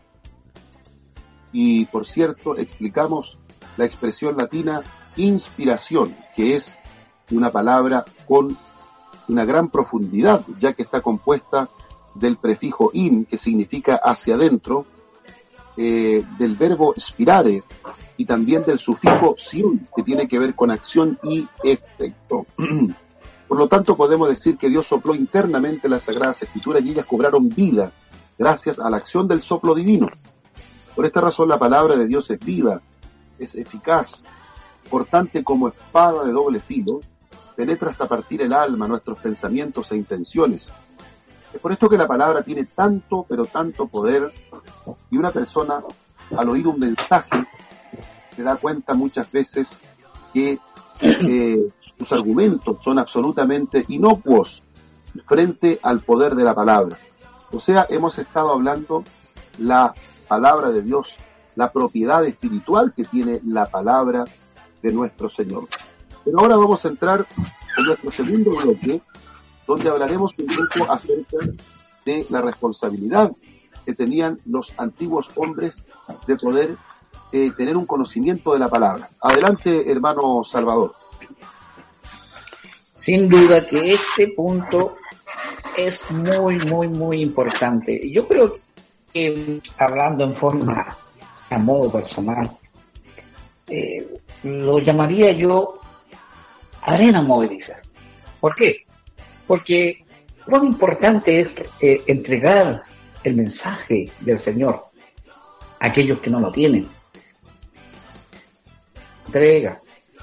[SPEAKER 3] y por cierto, explicamos la expresión latina inspiración, que es una palabra con una gran profundidad, ya que está compuesta del prefijo in, que significa hacia adentro, eh, del verbo spirare, y también del sufijo siun, que tiene que ver con acción y efecto. Por lo tanto, podemos decir que Dios sopló internamente las Sagradas Escrituras y ellas cobraron vida gracias a la acción del soplo divino. Por esta razón, la palabra de Dios es viva, es eficaz, cortante como espada de doble filo, penetra hasta partir el alma, nuestros pensamientos e intenciones. Es por esto que la palabra tiene tanto, pero tanto poder, y una persona, al oír un mensaje, se da cuenta muchas veces que eh, sus argumentos son absolutamente inocuos frente al poder de la palabra. O sea, hemos estado hablando la palabra de Dios, la propiedad espiritual que tiene la palabra de nuestro Señor. Pero ahora vamos a entrar en nuestro segundo bloque, donde hablaremos un poco acerca de la responsabilidad que tenían los antiguos hombres de poder eh, tener un conocimiento de la palabra. Adelante, hermano Salvador.
[SPEAKER 1] Sin duda que este punto es muy, muy, muy importante. Yo creo que, hablando en forma, a modo personal, eh, lo llamaría yo arena movediza. ¿Por qué? Porque cuán importante es eh, entregar el mensaje del Señor a aquellos que no lo tienen. Entrega.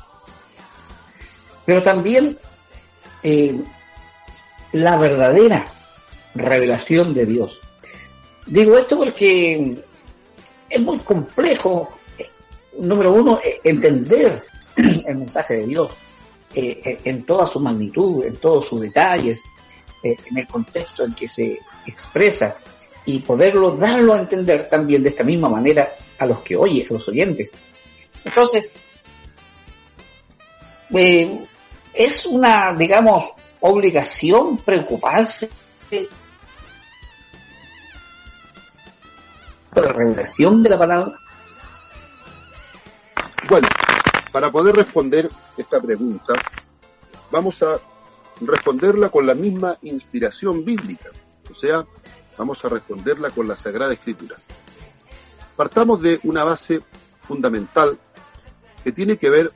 [SPEAKER 1] Pero también eh, la verdadera revelación de Dios. Digo esto porque es muy complejo, número uno, entender el mensaje de Dios eh, en toda su magnitud, en todos sus detalles, eh, en el contexto en que se expresa, y poderlo darlo a entender también de esta misma manera a los que oyen, a los oyentes. Entonces, eh, es una, digamos, obligación preocuparse por la revelación de la palabra.
[SPEAKER 3] Bueno, para poder responder esta pregunta, vamos a responderla con la misma inspiración bíblica, o sea, vamos a responderla con la Sagrada Escritura. Partamos de una base fundamental que tiene que ver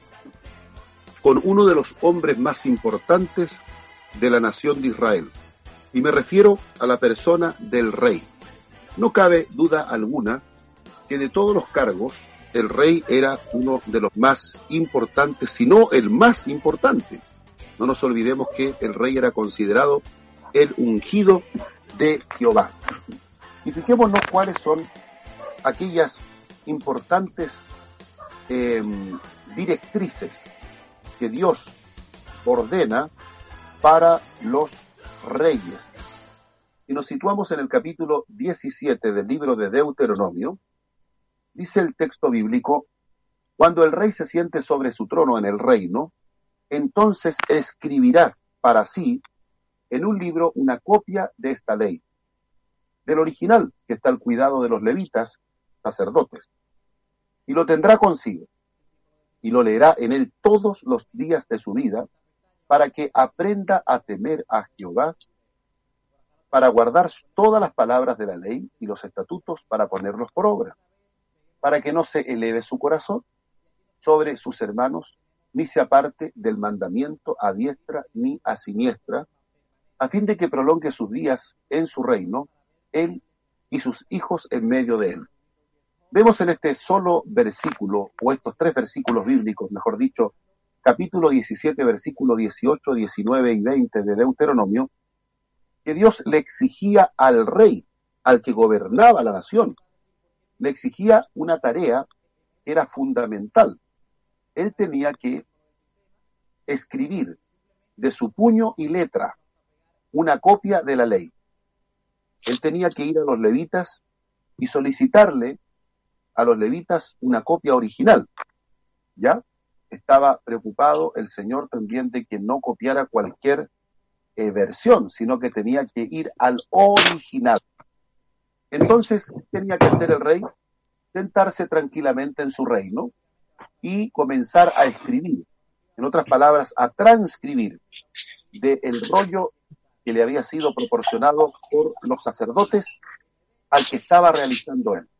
[SPEAKER 3] con uno de los hombres más importantes de la nación de Israel, y me refiero a la persona del rey. No cabe duda alguna que de todos los cargos, el rey era uno de los más importantes, si no el más importante. No nos olvidemos que el rey era considerado el ungido de Jehová. Y fijémonos cuáles son aquellas importantes eh, directrices que Dios ordena para los reyes. Y nos situamos en el capítulo diecisiete del libro de Deuteronomio. Dice el texto bíblico: cuando el rey se siente sobre su trono en el reino, entonces escribirá para sí en un libro una copia de esta ley, del original que está al cuidado de los levitas, sacerdotes, y lo tendrá consigo, y lo leerá en él todos los días de su vida, para que aprenda a temer a Jehová, para guardar todas las palabras de la ley y los estatutos, para ponerlos por obra, para que no se eleve su corazón sobre sus hermanos, ni se aparte del mandamiento a diestra ni a siniestra, a fin de que prolongue sus días en su reino, él y sus hijos en medio de él. Vemos en este solo versículo, o estos tres versículos bíblicos, mejor dicho, capítulo diecisiete, versículos dieciocho, diecinueve y veinte de Deuteronomio, que Dios le exigía al rey, al que gobernaba la nación, le exigía una tarea que era fundamental. Él tenía que escribir de su puño y letra una copia de la ley. Él tenía que ir a los levitas y solicitarle a los levitas una copia original. ¿Ya? Estaba preocupado el Señor también de que no copiara cualquier eh, versión, sino que tenía que ir al original. Entonces, ¿qué tenía que hacer el rey? Sentarse tranquilamente en su reino y comenzar a escribir, en otras palabras, a transcribir del rollo que le había sido proporcionado por los sacerdotes al que estaba realizando él.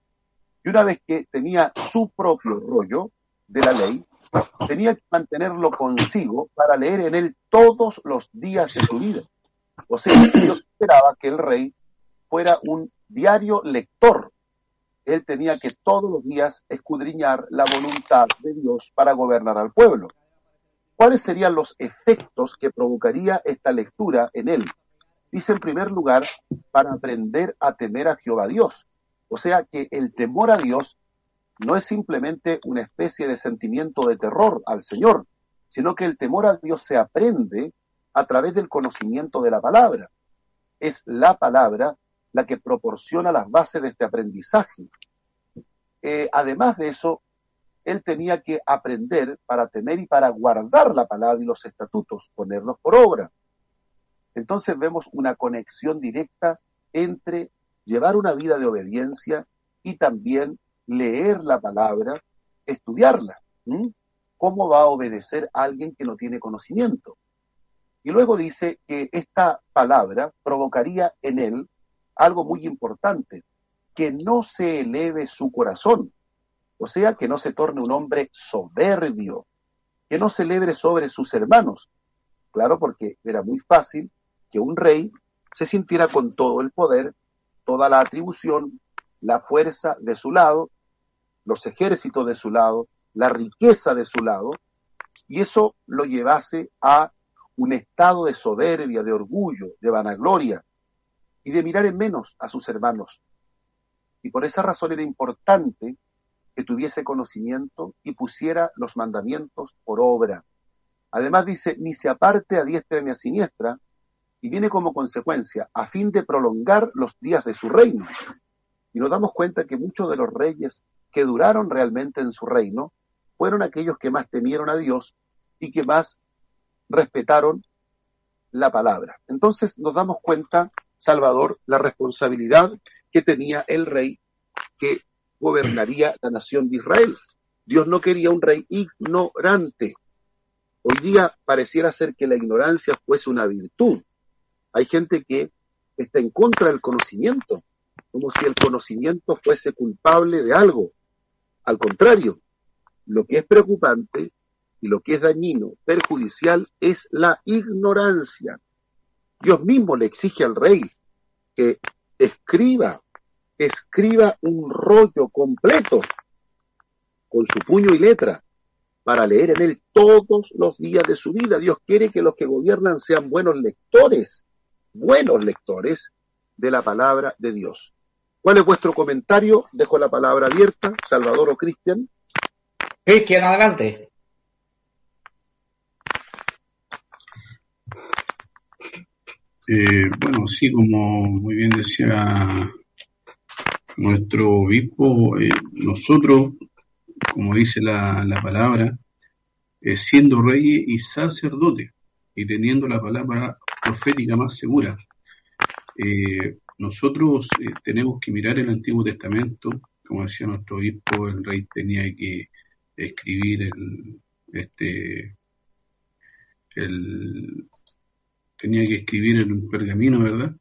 [SPEAKER 3] Y una vez que tenía su propio rollo de la ley, tenía que mantenerlo consigo para leer en él todos los días de su vida. O sea, Dios esperaba que el rey fuera un diario lector. Él tenía que todos los días escudriñar la voluntad de Dios para gobernar al pueblo. ¿Cuáles serían los efectos que provocaría esta lectura en él? Dice, en primer lugar, para aprender a temer a Jehová Dios. O sea que el temor a Dios no es simplemente una especie de sentimiento de terror al Señor, sino que el temor a Dios se aprende a través del conocimiento de la palabra. Es la palabra la que proporciona las bases de este aprendizaje. Eh, además de eso, él tenía que aprender para temer y para guardar la palabra y los estatutos, ponerlos por obra. Entonces vemos una conexión directa entre llevar una vida de obediencia y también leer la palabra, estudiarla. ¿Mm? ¿Cómo va a obedecer a alguien que no tiene conocimiento? Y luego dice que esta palabra provocaría en él algo muy importante, que no se eleve su corazón, o sea, que no se torne un hombre soberbio, que no se eleve sobre sus hermanos. Claro, porque era muy fácil que un rey se sintiera con todo el poder, toda la atribución, la fuerza de su lado, los ejércitos de su lado, la riqueza de su lado, y eso lo llevase a un estado de soberbia, de orgullo, de vanagloria, y de mirar en menos a sus hermanos. Y por esa razón era importante que tuviese conocimiento y pusiera los mandamientos por obra. Además dice, ni se aparte a diestra ni a siniestra, y viene como consecuencia, a fin de prolongar los días de su reino. Y nos damos cuenta que muchos de los reyes que duraron realmente en su reino fueron aquellos que más temieron a Dios y que más respetaron la palabra. Entonces nos damos cuenta, Salvador, la responsabilidad que tenía el rey que gobernaría la nación de Israel. Dios no quería un rey ignorante. Hoy día pareciera ser que la ignorancia fuese una virtud. Hay gente que está en contra del conocimiento, como si el conocimiento fuese culpable de algo. Al contrario, lo que es preocupante y lo que es dañino, perjudicial, es la ignorancia. Dios mismo le exige al rey que escriba, que escriba un rollo completo con su puño y letra para leer en él todos los días de su vida. Dios quiere que los que gobiernan sean buenos lectores, buenos lectores de la palabra de Dios. ¿Cuál es vuestro comentario? Dejo la palabra abierta, Salvador o Cristian.
[SPEAKER 1] Cristian, adelante.
[SPEAKER 2] Eh, bueno, sí, como muy bien decía nuestro obispo, eh, nosotros, como dice la, la palabra, eh, siendo reyes y sacerdotes y teniendo la palabra profética más segura, eh, nosotros eh, tenemos que mirar el Antiguo Testamento. Como decía nuestro obispo, el rey tenía que escribir el, este, el, tenía que escribir en un pergamino, ¿verdad?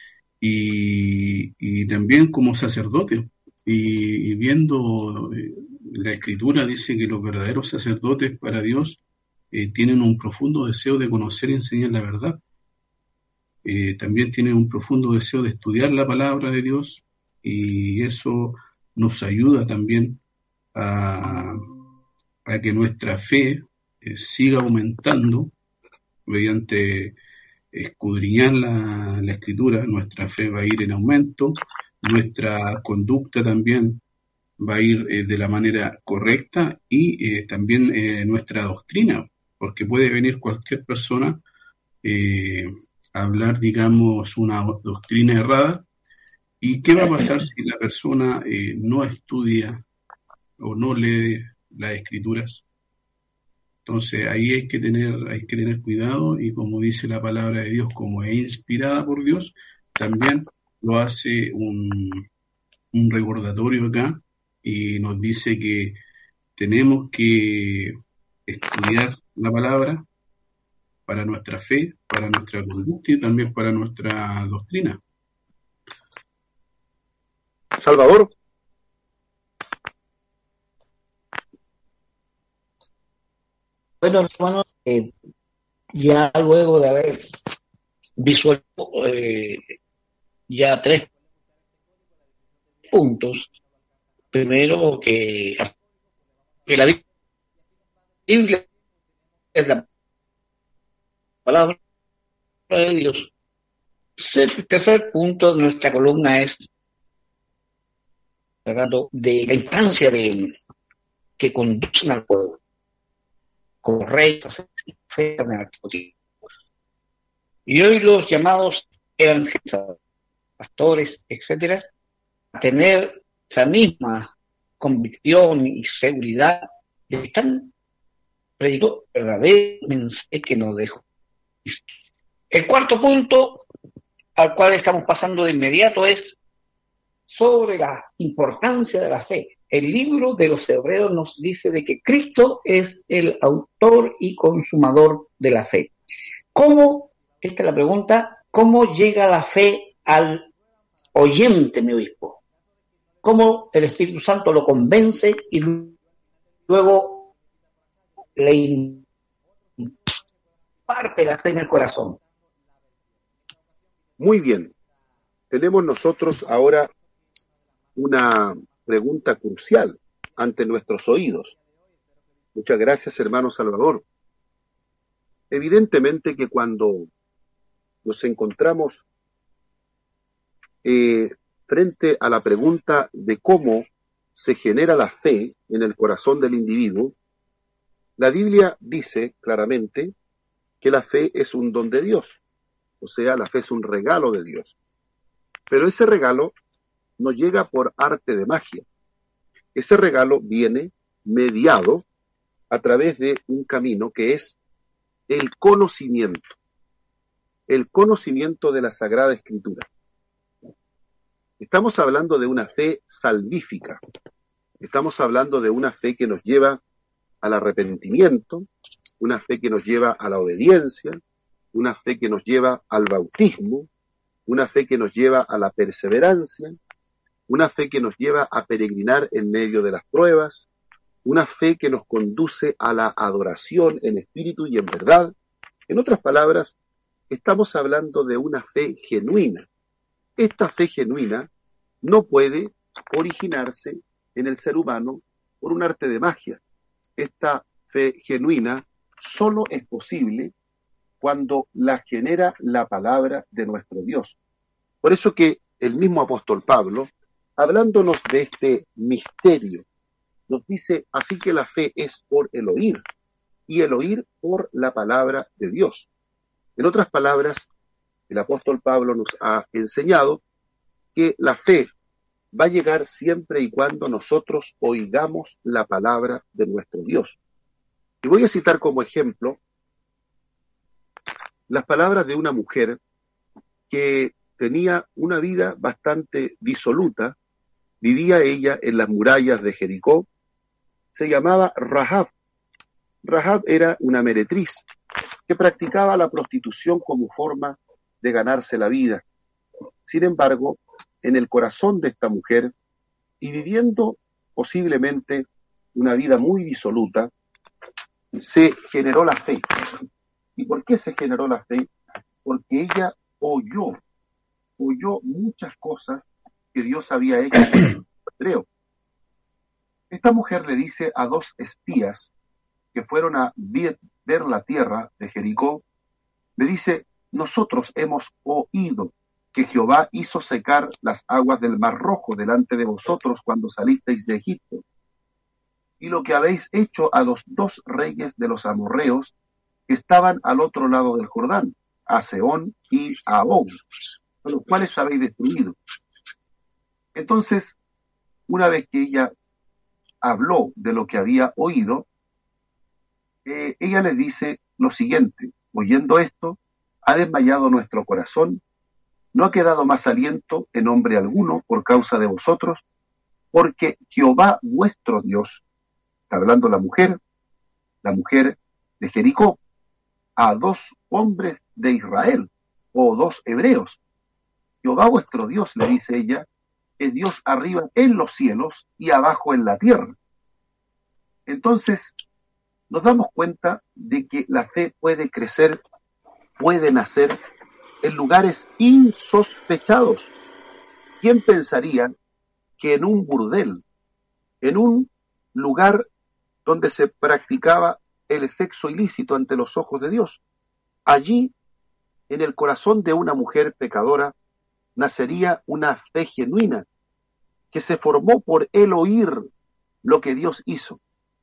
[SPEAKER 2] Y, y también como sacerdote. Y, y viendo eh, la Escritura dice que los verdaderos sacerdotes para Dios eh, tienen un profundo deseo de conocer y enseñar la verdad. Eh, también tienen un profundo deseo de estudiar la palabra de Dios, y eso nos ayuda también a, a que nuestra fe eh, siga aumentando mediante escudriñar la, la Escritura. Nuestra fe va a ir en aumento, nuestra conducta también va a ir eh, de la manera correcta, y eh, también eh, nuestra doctrina, porque puede venir cualquier persona eh, a hablar, digamos, una doctrina errada. ¿Y qué va a pasar si la persona eh, no estudia o no lee las Escrituras? Entonces ahí hay que tener, hay que tener cuidado, y como dice la palabra de Dios, como es inspirada por Dios, también lo hace un, un recordatorio acá, y nos dice que tenemos que estudiar la palabra para nuestra fe, para nuestra conducta y también para nuestra doctrina.
[SPEAKER 3] Salvador.
[SPEAKER 1] Bueno, hermanos, eh, ya luego de haber visualizado eh, ya tres puntos, primero que, que la Biblia es la palabra de Dios. El tercer punto de nuestra columna es hablando de la instancia de que conducen al pueblo correctos, y hoy los llamados evangelistas, pastores, etcétera, a tener esa misma convicción y seguridad de que están predicando el verdadero mensaje que nos dejó. El cuarto punto al cual estamos pasando de inmediato es sobre la importancia de la fe. El libro de los Hebreos nos dice de que Cristo es el autor y consumador de la fe. ¿Cómo, esta es la pregunta, cómo llega la fe al oyente, mi obispo? ¿Cómo el Espíritu Santo lo convence y luego le imparte la fe en el corazón?
[SPEAKER 3] Muy bien. Tenemos nosotros ahora una pregunta crucial ante nuestros oídos. Muchas gracias, hermano Salvador. Evidentemente que cuando nos encontramos eh, frente a la pregunta de cómo se genera la fe en el corazón del individuo, la Biblia dice claramente que la fe es un don de Dios, o sea, la fe es un regalo de Dios. Pero ese regalo no llega por arte de magia. Ese regalo viene mediado a través de un camino que es el conocimiento, el conocimiento de la Sagrada Escritura. Estamos hablando de una fe salvífica, estamos hablando de una fe que nos lleva al arrepentimiento, una fe que nos lleva a la obediencia, una fe que nos lleva al bautismo, una fe que nos lleva a la perseverancia, una fe que nos lleva a peregrinar en medio de las pruebas, una fe que nos conduce a la adoración en espíritu y en verdad. En otras palabras, estamos hablando de una fe genuina. Esta fe genuina no puede originarse en el ser humano por un arte de magia. Esta fe genuina solo es posible cuando la genera la palabra de nuestro Dios. Por eso que el mismo apóstol Pablo, hablándonos de este misterio, nos dice, así que la fe es por el oír, y el oír por la palabra de Dios. En otras palabras, el apóstol Pablo nos ha enseñado que la fe va a llegar siempre y cuando nosotros oigamos la palabra de nuestro Dios. Y voy a citar como ejemplo las palabras de una mujer que tenía una vida bastante disoluta, vivía ella en las murallas de Jericó, se llamaba Rahab. Rahab era una meretriz que practicaba la prostitución como forma de ganarse la vida. Sin embargo, en el corazón de esta mujer, y viviendo posiblemente una vida muy disoluta, se generó la fe. ¿Y por qué se generó la fe? Porque ella oyó, oyó muchas cosas que Dios había hecho con el hebreo. Esta mujer le dice a dos espías que fueron a ver la tierra de Jericó, le dice, nosotros hemos oído que Jehová hizo secar las aguas del Mar Rojo delante de vosotros cuando salisteis de Egipto, y lo que habéis hecho a los dos reyes de los amorreos que estaban al otro lado del Jordán, a Sehón y a Og, a los cuales habéis destruido. Entonces, una vez que ella habló de lo que había oído, eh, ella les dice lo siguiente, oyendo esto, ha desmayado nuestro corazón, no ha quedado más aliento en hombre alguno por causa de vosotros, porque Jehová vuestro Dios, está hablando la mujer, la mujer de Jericó, a dos hombres de Israel, o dos hebreos. Jehová vuestro Dios, le dice ella, es Dios arriba en los cielos y abajo en la tierra. Entonces, nos damos cuenta de que la fe puede crecer, puede nacer en lugares insospechados. ¿Quién pensaría que en un burdel, en un lugar donde se practicaba el sexo ilícito ante los ojos de Dios, allí, en el corazón de una mujer pecadora, nacería una fe genuina que se formó por el oír lo que Dios hizo?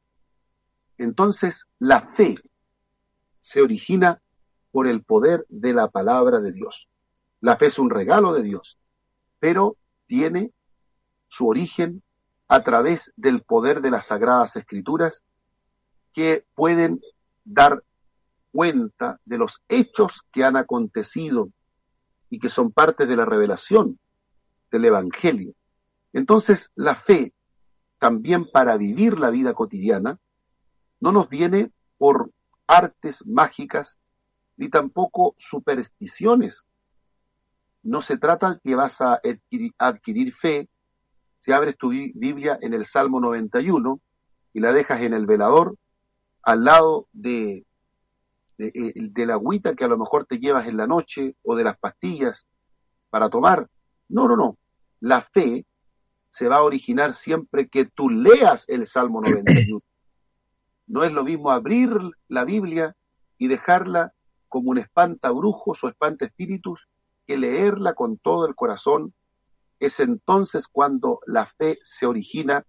[SPEAKER 3] Entonces, la fe se origina por el poder de la palabra de Dios. La fe es un regalo de Dios, pero tiene su origen a través del poder de las Sagradas Escrituras, que pueden dar cuenta de los hechos que han acontecido y que son parte de la revelación del Evangelio. Entonces, la fe, también para vivir la vida cotidiana, no nos viene por artes mágicas ni tampoco supersticiones. No se trata que vas a adquirir, adquirir fe si abres tu Biblia en el Salmo noventa y uno y la dejas en el velador al lado de, de, de la agüita que a lo mejor te llevas en la noche o de las pastillas para tomar. No, no, no. La fe se va a originar siempre que tú leas el Salmo noventa y uno. No es lo mismo abrir la Biblia y dejarla como un espantabrujos o espantaespíritus que leerla con todo el corazón. Es entonces cuando la fe se origina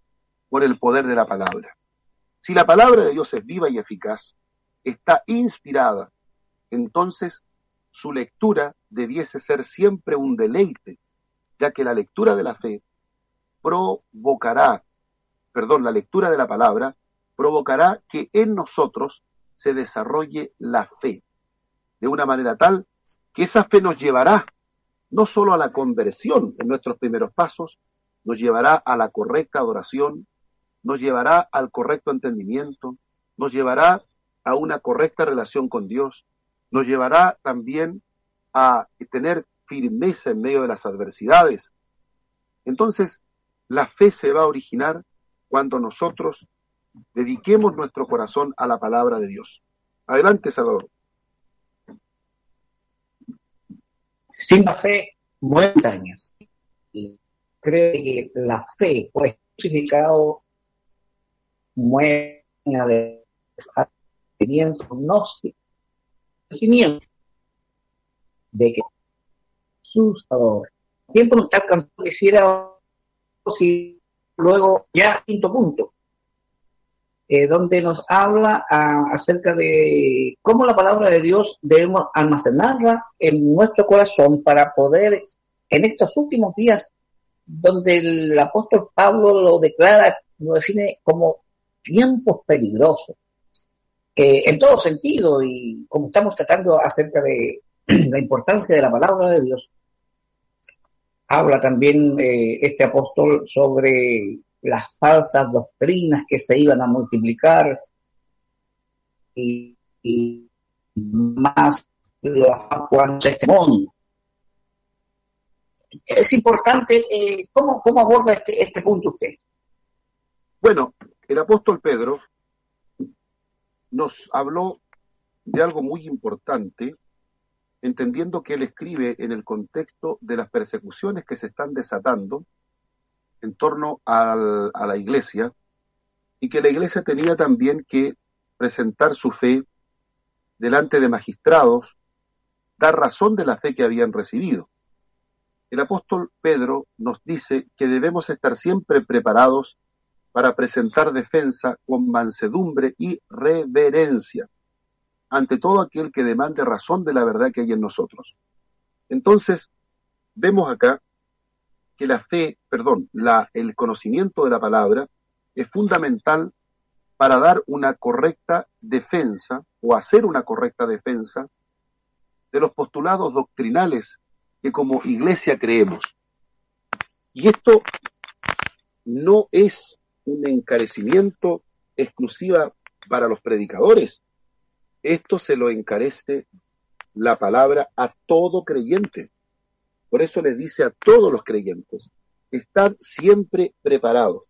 [SPEAKER 3] por el poder de la palabra. Si la palabra de Dios es viva y eficaz, está inspirada, entonces su lectura debiese ser siempre un deleite, ya que la lectura de la fe provocará, perdón, la lectura de la palabra provocará que en nosotros se desarrolle la fe, de una manera tal que esa fe nos llevará no solo a la conversión en nuestros primeros pasos, nos llevará a la correcta adoración, nos llevará al correcto entendimiento, nos llevará a una correcta relación con Dios, nos llevará también a tener firmeza en medio de las adversidades. Entonces, la fe se va a originar cuando nosotros dediquemos nuestro corazón a la palabra de Dios. Adelante, Salvador.
[SPEAKER 1] Sin la fe, montañas. Y creo que la fe, pues, significado muestra de gnóstico, conocimiento de que sus ador. Tiempo no está alcanzando, quisiera si luego ya quinto punto, eh, donde nos habla a, acerca de cómo la palabra de Dios debemos almacenarla en nuestro corazón para poder, en estos últimos días, donde el apóstol Pablo lo declara, lo define como tiempos peligrosos, eh, en todo sentido, y como estamos tratando acerca de la importancia de la palabra de Dios, habla también eh, este apóstol sobre las falsas doctrinas que se iban a multiplicar y, y más los acuanos de este mundo. Es importante, eh, ¿cómo, ¿cómo aborda este, este punto usted?
[SPEAKER 3] Bueno, el apóstol Pedro nos habló de algo muy importante, entendiendo que él escribe en el contexto de las persecuciones que se están desatando en torno al, a la iglesia, y que la iglesia tenía también que presentar su fe delante de magistrados, dar razón de la fe que habían recibido. El apóstol Pedro nos dice que debemos estar siempre preparados para presentar defensa con mansedumbre y reverencia ante todo aquel que demande razón de la verdad que hay en nosotros. Entonces, vemos acá que la fe, perdón, la, el conocimiento de la palabra es fundamental para dar una correcta defensa o hacer una correcta defensa de los postulados doctrinales que como iglesia creemos. Y esto no es un encarecimiento exclusiva para los predicadores. Esto se lo encarece la palabra a todo creyente. Por eso les dice a todos los creyentes, estad siempre preparados.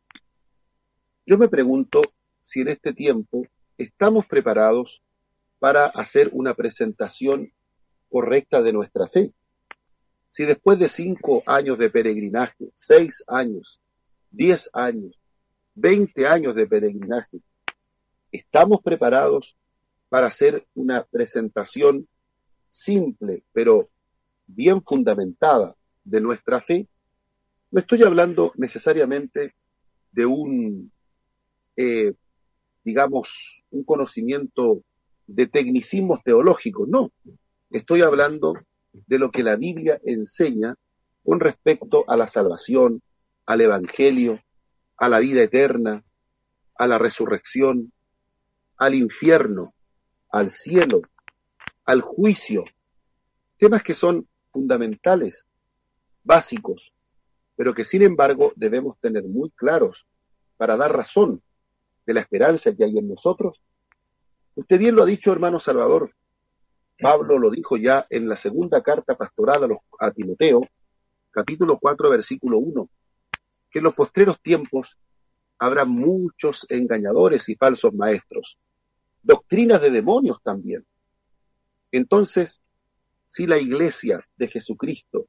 [SPEAKER 3] Yo me pregunto si en este tiempo estamos preparados para hacer una presentación correcta de nuestra fe. Si después de cinco años de peregrinaje, seis años, diez años, veinte años de peregrinaje, estamos preparados para hacer una presentación simple, pero bien fundamentada de nuestra fe. No estoy hablando necesariamente de un, eh, digamos, un conocimiento de tecnicismos teológicos, no. Estoy hablando de lo que la Biblia enseña con respecto a la salvación, al evangelio, a la vida eterna, a la resurrección, al infierno, al cielo, al juicio, temas que son fundamentales, básicos, pero que sin embargo debemos tener muy claros para dar razón de la esperanza que hay en nosotros. Usted bien lo ha dicho, hermano Salvador. Pablo lo dijo ya en la segunda carta pastoral a, los, a Timoteo, capítulo cuatro, versículo uno, que en los postreros tiempos habrá muchos engañadores y falsos maestros, doctrinas de demonios también. Entonces, si la iglesia de Jesucristo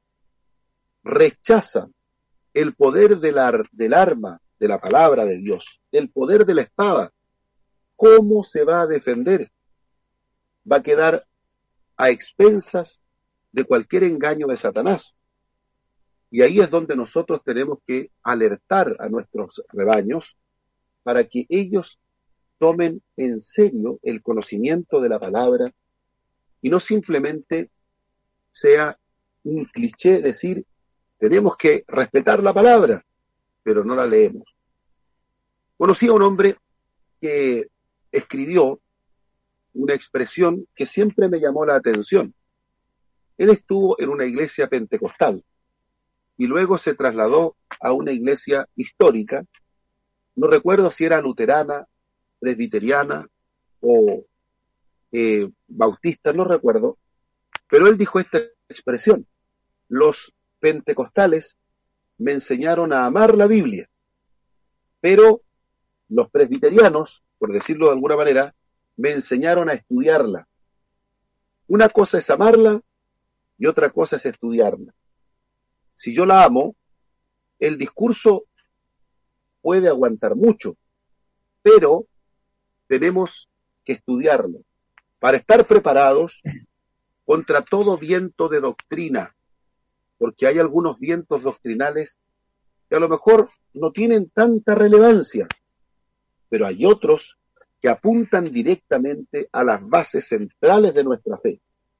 [SPEAKER 3] rechaza el poder del, ar, del arma, de la palabra de Dios, el poder de la espada, ¿cómo se va a defender? Va a quedar a expensas de cualquier engaño de Satanás. Y ahí es donde nosotros tenemos que alertar a nuestros rebaños para que ellos tomen en serio el conocimiento de la palabra y no simplemente sea un cliché decir tenemos que respetar la palabra, pero no la leemos. Conocí a un hombre que escribió una expresión que siempre me llamó la atención. Él estuvo en una iglesia pentecostal y luego se trasladó a una iglesia histórica, no recuerdo si era luterana, presbiteriana o eh, bautista, no recuerdo, pero él dijo esta expresión: los pentecostales me enseñaron a amar la Biblia, pero los presbiterianos, por decirlo de alguna manera, me enseñaron a estudiarla. Una cosa es amarla y otra cosa es estudiarla. Si yo la amo, el discurso puede aguantar mucho, pero tenemos que estudiarlo para estar preparados contra todo viento de doctrina, porque hay algunos vientos doctrinales que a lo mejor no tienen tanta relevancia, pero hay otros que apuntan directamente a las bases centrales de nuestra fe.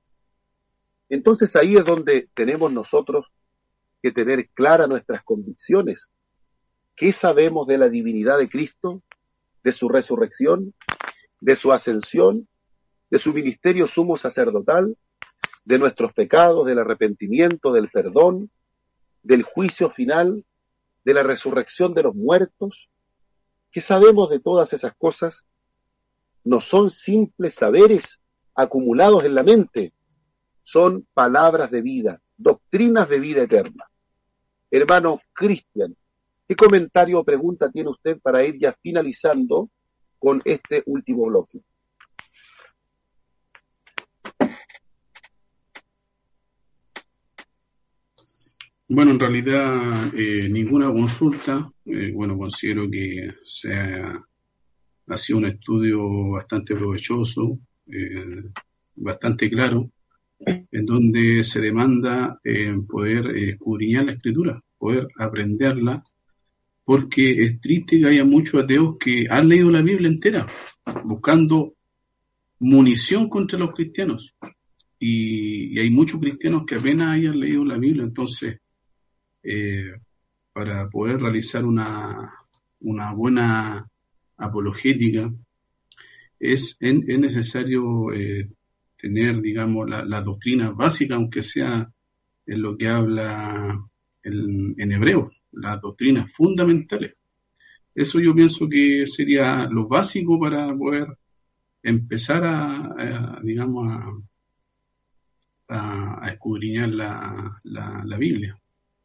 [SPEAKER 3] Entonces ahí es donde tenemos nosotros que tener claras nuestras convicciones. ¿Qué sabemos de la divinidad de Cristo, de su resurrección, de su ascensión, de su ministerio sumo sacerdotal, de nuestros pecados, del arrepentimiento, del perdón, del juicio final, de la resurrección de los muertos? ¿Qué sabemos de todas esas cosas? No son simples saberes acumulados en la mente, son palabras de vida, doctrinas de vida eterna. Hermano Cristian, ¿qué comentario o pregunta tiene usted para ir ya finalizando con este último bloque?
[SPEAKER 2] Bueno, en realidad eh, ninguna consulta. Eh, bueno, considero que se ha, ha sido un estudio bastante provechoso, eh, bastante claro, en donde se demanda eh, poder eh, escudriñar la escritura, poder aprenderla, porque es triste que haya muchos ateos que han leído la Biblia entera, buscando munición contra los cristianos, y, y hay muchos cristianos que apenas hayan leído la Biblia. Entonces, eh, para poder realizar una, una buena apologética, es, en, es necesario eh, tener, digamos, la, la doctrina básica, aunque sea en lo que habla el, en hebreo, las doctrinas fundamentales. Eso yo pienso que sería lo básico para poder empezar a, a digamos, a, a, a escudriñar la, la, la Biblia.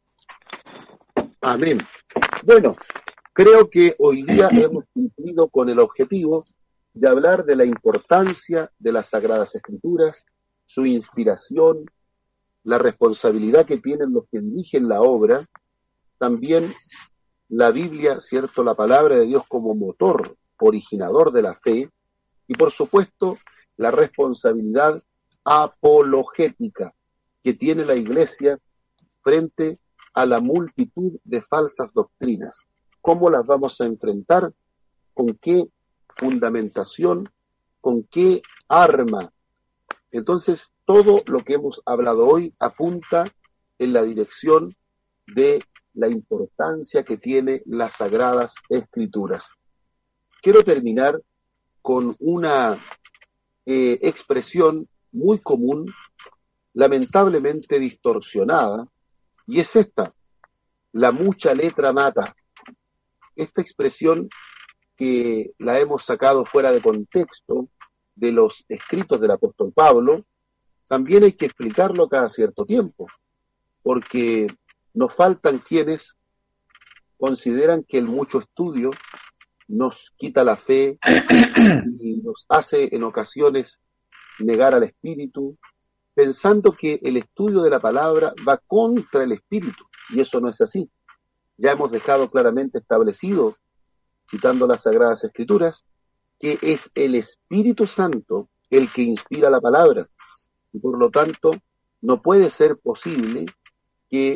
[SPEAKER 3] Amén. Bueno, creo que hoy día hemos cumplido con el objetivo de hablar de la importancia de las Sagradas Escrituras, su inspiración, la responsabilidad que tienen los que dirigen la obra, también la Biblia, cierto, la palabra de Dios como motor originador de la fe, y por supuesto la responsabilidad apologética que tiene la Iglesia frente a la multitud de falsas doctrinas. ¿Cómo las vamos a enfrentar? ¿Con qué fundamentación? ¿Con qué arma? Entonces, todo lo que hemos hablado hoy apunta en la dirección de la importancia que tiene las Sagradas Escrituras. Quiero terminar con una eh, expresión muy común, lamentablemente distorsionada, y es esta: la mucha letra mata. Esta expresión, que la hemos sacado fuera de contexto de los escritos del apóstol Pablo, también hay que explicarlo cada cierto tiempo, porque nos faltan quienes consideran que el mucho estudio nos quita la fe y nos hace en ocasiones negar al espíritu, pensando que el estudio de la palabra va contra el espíritu, y eso no es así. Ya hemos dejado claramente establecido, citando las Sagradas Escrituras, que es el Espíritu Santo el que inspira la palabra, y por lo tanto no puede ser posible que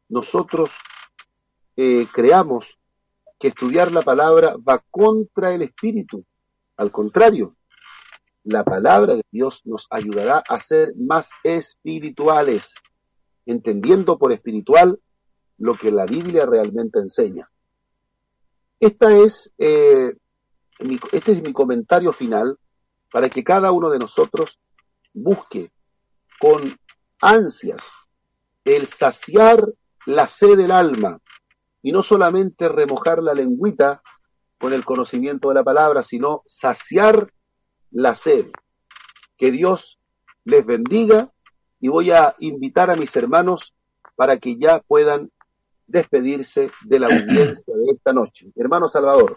[SPEAKER 3] nosotros eh, creamos que estudiar la palabra va contra el espíritu. Al contrario, la palabra de Dios nos ayudará a ser más espirituales, entendiendo por espiritual lo que la Biblia realmente enseña. Esta es, eh, mi, este es mi comentario final para que cada uno de nosotros busque con ansias el saciar la sed del alma y no solamente remojar la lengüita con el conocimiento de la palabra, sino saciar la sed. Que Dios les bendiga y voy a invitar a mis hermanos para que ya puedan despedirse de la audiencia de esta noche. Hermano Salvador.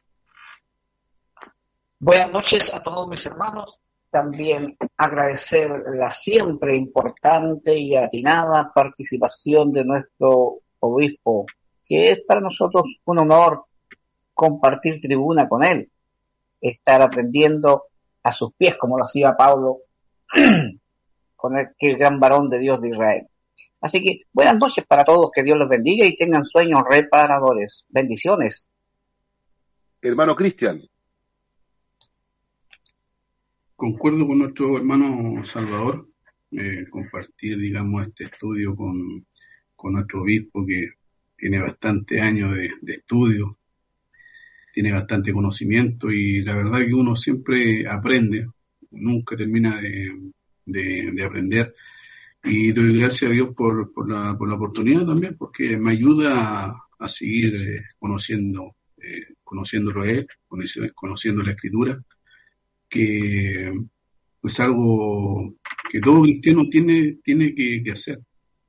[SPEAKER 1] Buenas noches a todos mis hermanos. También agradecer la siempre importante y atinada participación de nuestro obispo, que es para nosotros un honor compartir tribuna con él, estar aprendiendo a sus pies, como lo hacía Pablo, con el, que el gran varón de Dios de Israel. Así que buenas noches para todos, que Dios los bendiga y tengan sueños reparadores. Bendiciones.
[SPEAKER 3] Hermano Cristian.
[SPEAKER 2] Concuerdo con nuestro hermano Salvador, eh, compartir, digamos, este estudio con, con nuestro obispo, que tiene bastante años de, de estudio, tiene bastante conocimiento y la verdad que uno siempre aprende, nunca termina de, de, de aprender. Y doy gracias a Dios por, por, la, por la oportunidad también, porque me ayuda a, a seguir eh, conociendo, eh, conociéndolo a él, conociendo la Escritura, que es algo que todo cristiano tiene, tiene que, que hacer.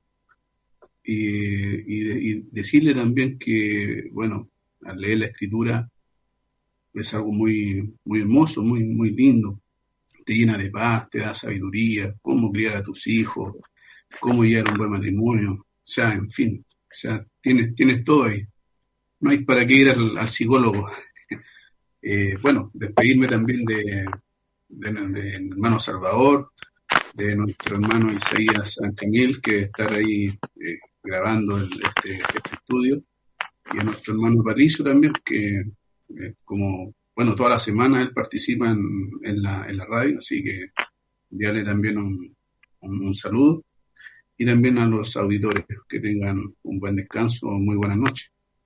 [SPEAKER 2] Y, y, y decirle también que, bueno, al leer la Escritura es algo muy, muy hermoso, muy, muy lindo. Te llena de paz, te da sabiduría, cómo criar a tus hijos, cómo llevar un buen matrimonio, o sea, en fin, o sea, tienes, tienes todo ahí. No hay para qué ir al, al psicólogo. Eh, bueno, despedirme también de, de, de hermano Salvador, de nuestro hermano Isaías Ancamil, que estar ahí eh, grabando el, este, este estudio, y a nuestro hermano Patricio también, que eh, como, bueno, toda la semana él participa en, en, la, en la radio, así que enviarle también un, un, un saludo, y también a los auditores, que tengan un buen descanso, muy buenas noches.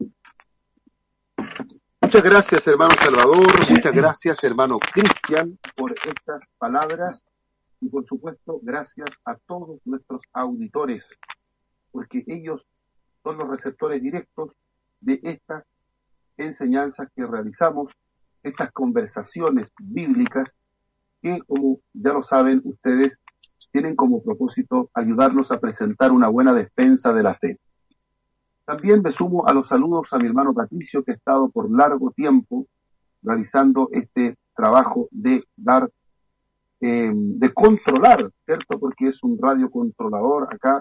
[SPEAKER 3] Muchas gracias, hermano Salvador, muchas gracias, hermano Cristian, por estas palabras y, por supuesto, gracias a todos nuestros auditores, porque ellos son los receptores directos de estas enseñanzas que realizamos, estas conversaciones bíblicas que, como ya lo saben ustedes, tienen como propósito ayudarnos a presentar una buena defensa de la fe. También me sumo a los saludos a mi hermano Patricio, que ha estado por largo tiempo realizando este trabajo de dar, eh, de controlar, ¿cierto? Porque es un radiocontrolador acá,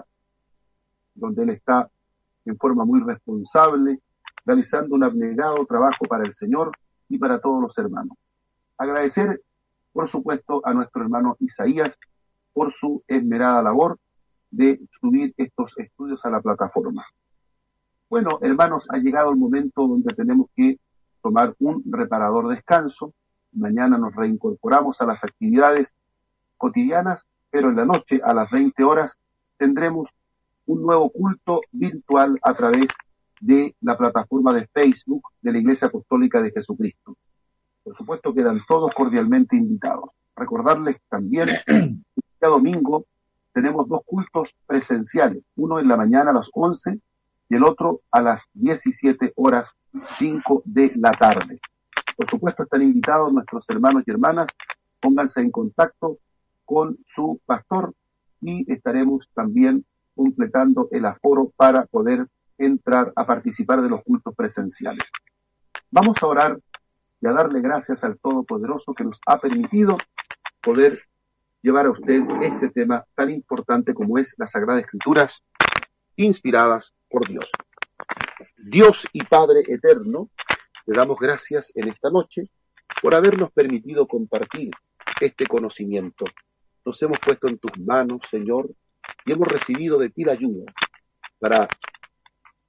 [SPEAKER 3] donde él está en forma muy responsable, realizando un abnegado trabajo para el Señor y para todos los hermanos. Agradecer, por supuesto, a nuestro hermano Isaías por su esmerada labor de subir estos estudios a la plataforma. Bueno, hermanos, ha llegado el momento donde tenemos que tomar un reparador descanso. Mañana nos reincorporamos a las actividades cotidianas, pero en la noche, a las veinte horas, tendremos un nuevo culto virtual a través de la plataforma de Facebook de la Iglesia Apostólica de Jesucristo. Por supuesto, quedan todos cordialmente invitados. Recordarles también que este domingo tenemos dos cultos presenciales, uno en la mañana a las once y el otro a las diecisiete horas cinco de la tarde. Por supuesto, están invitados nuestros hermanos y hermanas, pónganse en contacto con su pastor y estaremos también completando el aforo para poder entrar a participar de los cultos presenciales. Vamos a orar y a darle gracias al Todopoderoso que nos ha permitido poder llevar a usted este tema tan importante como es las Sagradas Escrituras inspiradas por Dios. Dios y Padre eterno, le damos gracias en esta noche por habernos permitido compartir este conocimiento. Nos hemos puesto en tus manos, Señor, y hemos recibido de ti la ayuda para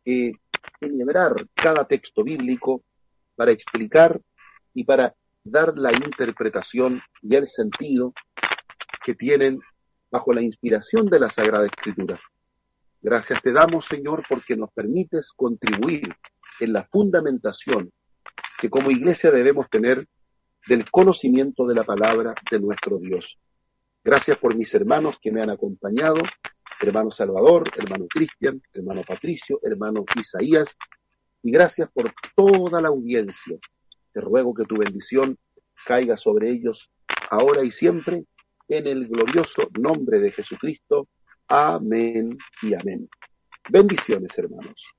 [SPEAKER 3] eh, enhebrar cada texto bíblico para explicar y para dar la interpretación y el sentido que tienen bajo la inspiración de la Sagrada Escritura. Gracias te damos, Señor, porque nos permites contribuir en la fundamentación que como iglesia debemos tener del conocimiento de la palabra de nuestro Dios. Gracias por mis hermanos que me han acompañado, hermano Salvador, hermano Cristian, hermano Patricio, hermano Isaías, y gracias por toda la audiencia. Te ruego que tu bendición caiga sobre ellos ahora y siempre, en el glorioso nombre de Jesucristo. Amén y amén. Bendiciones, hermanos.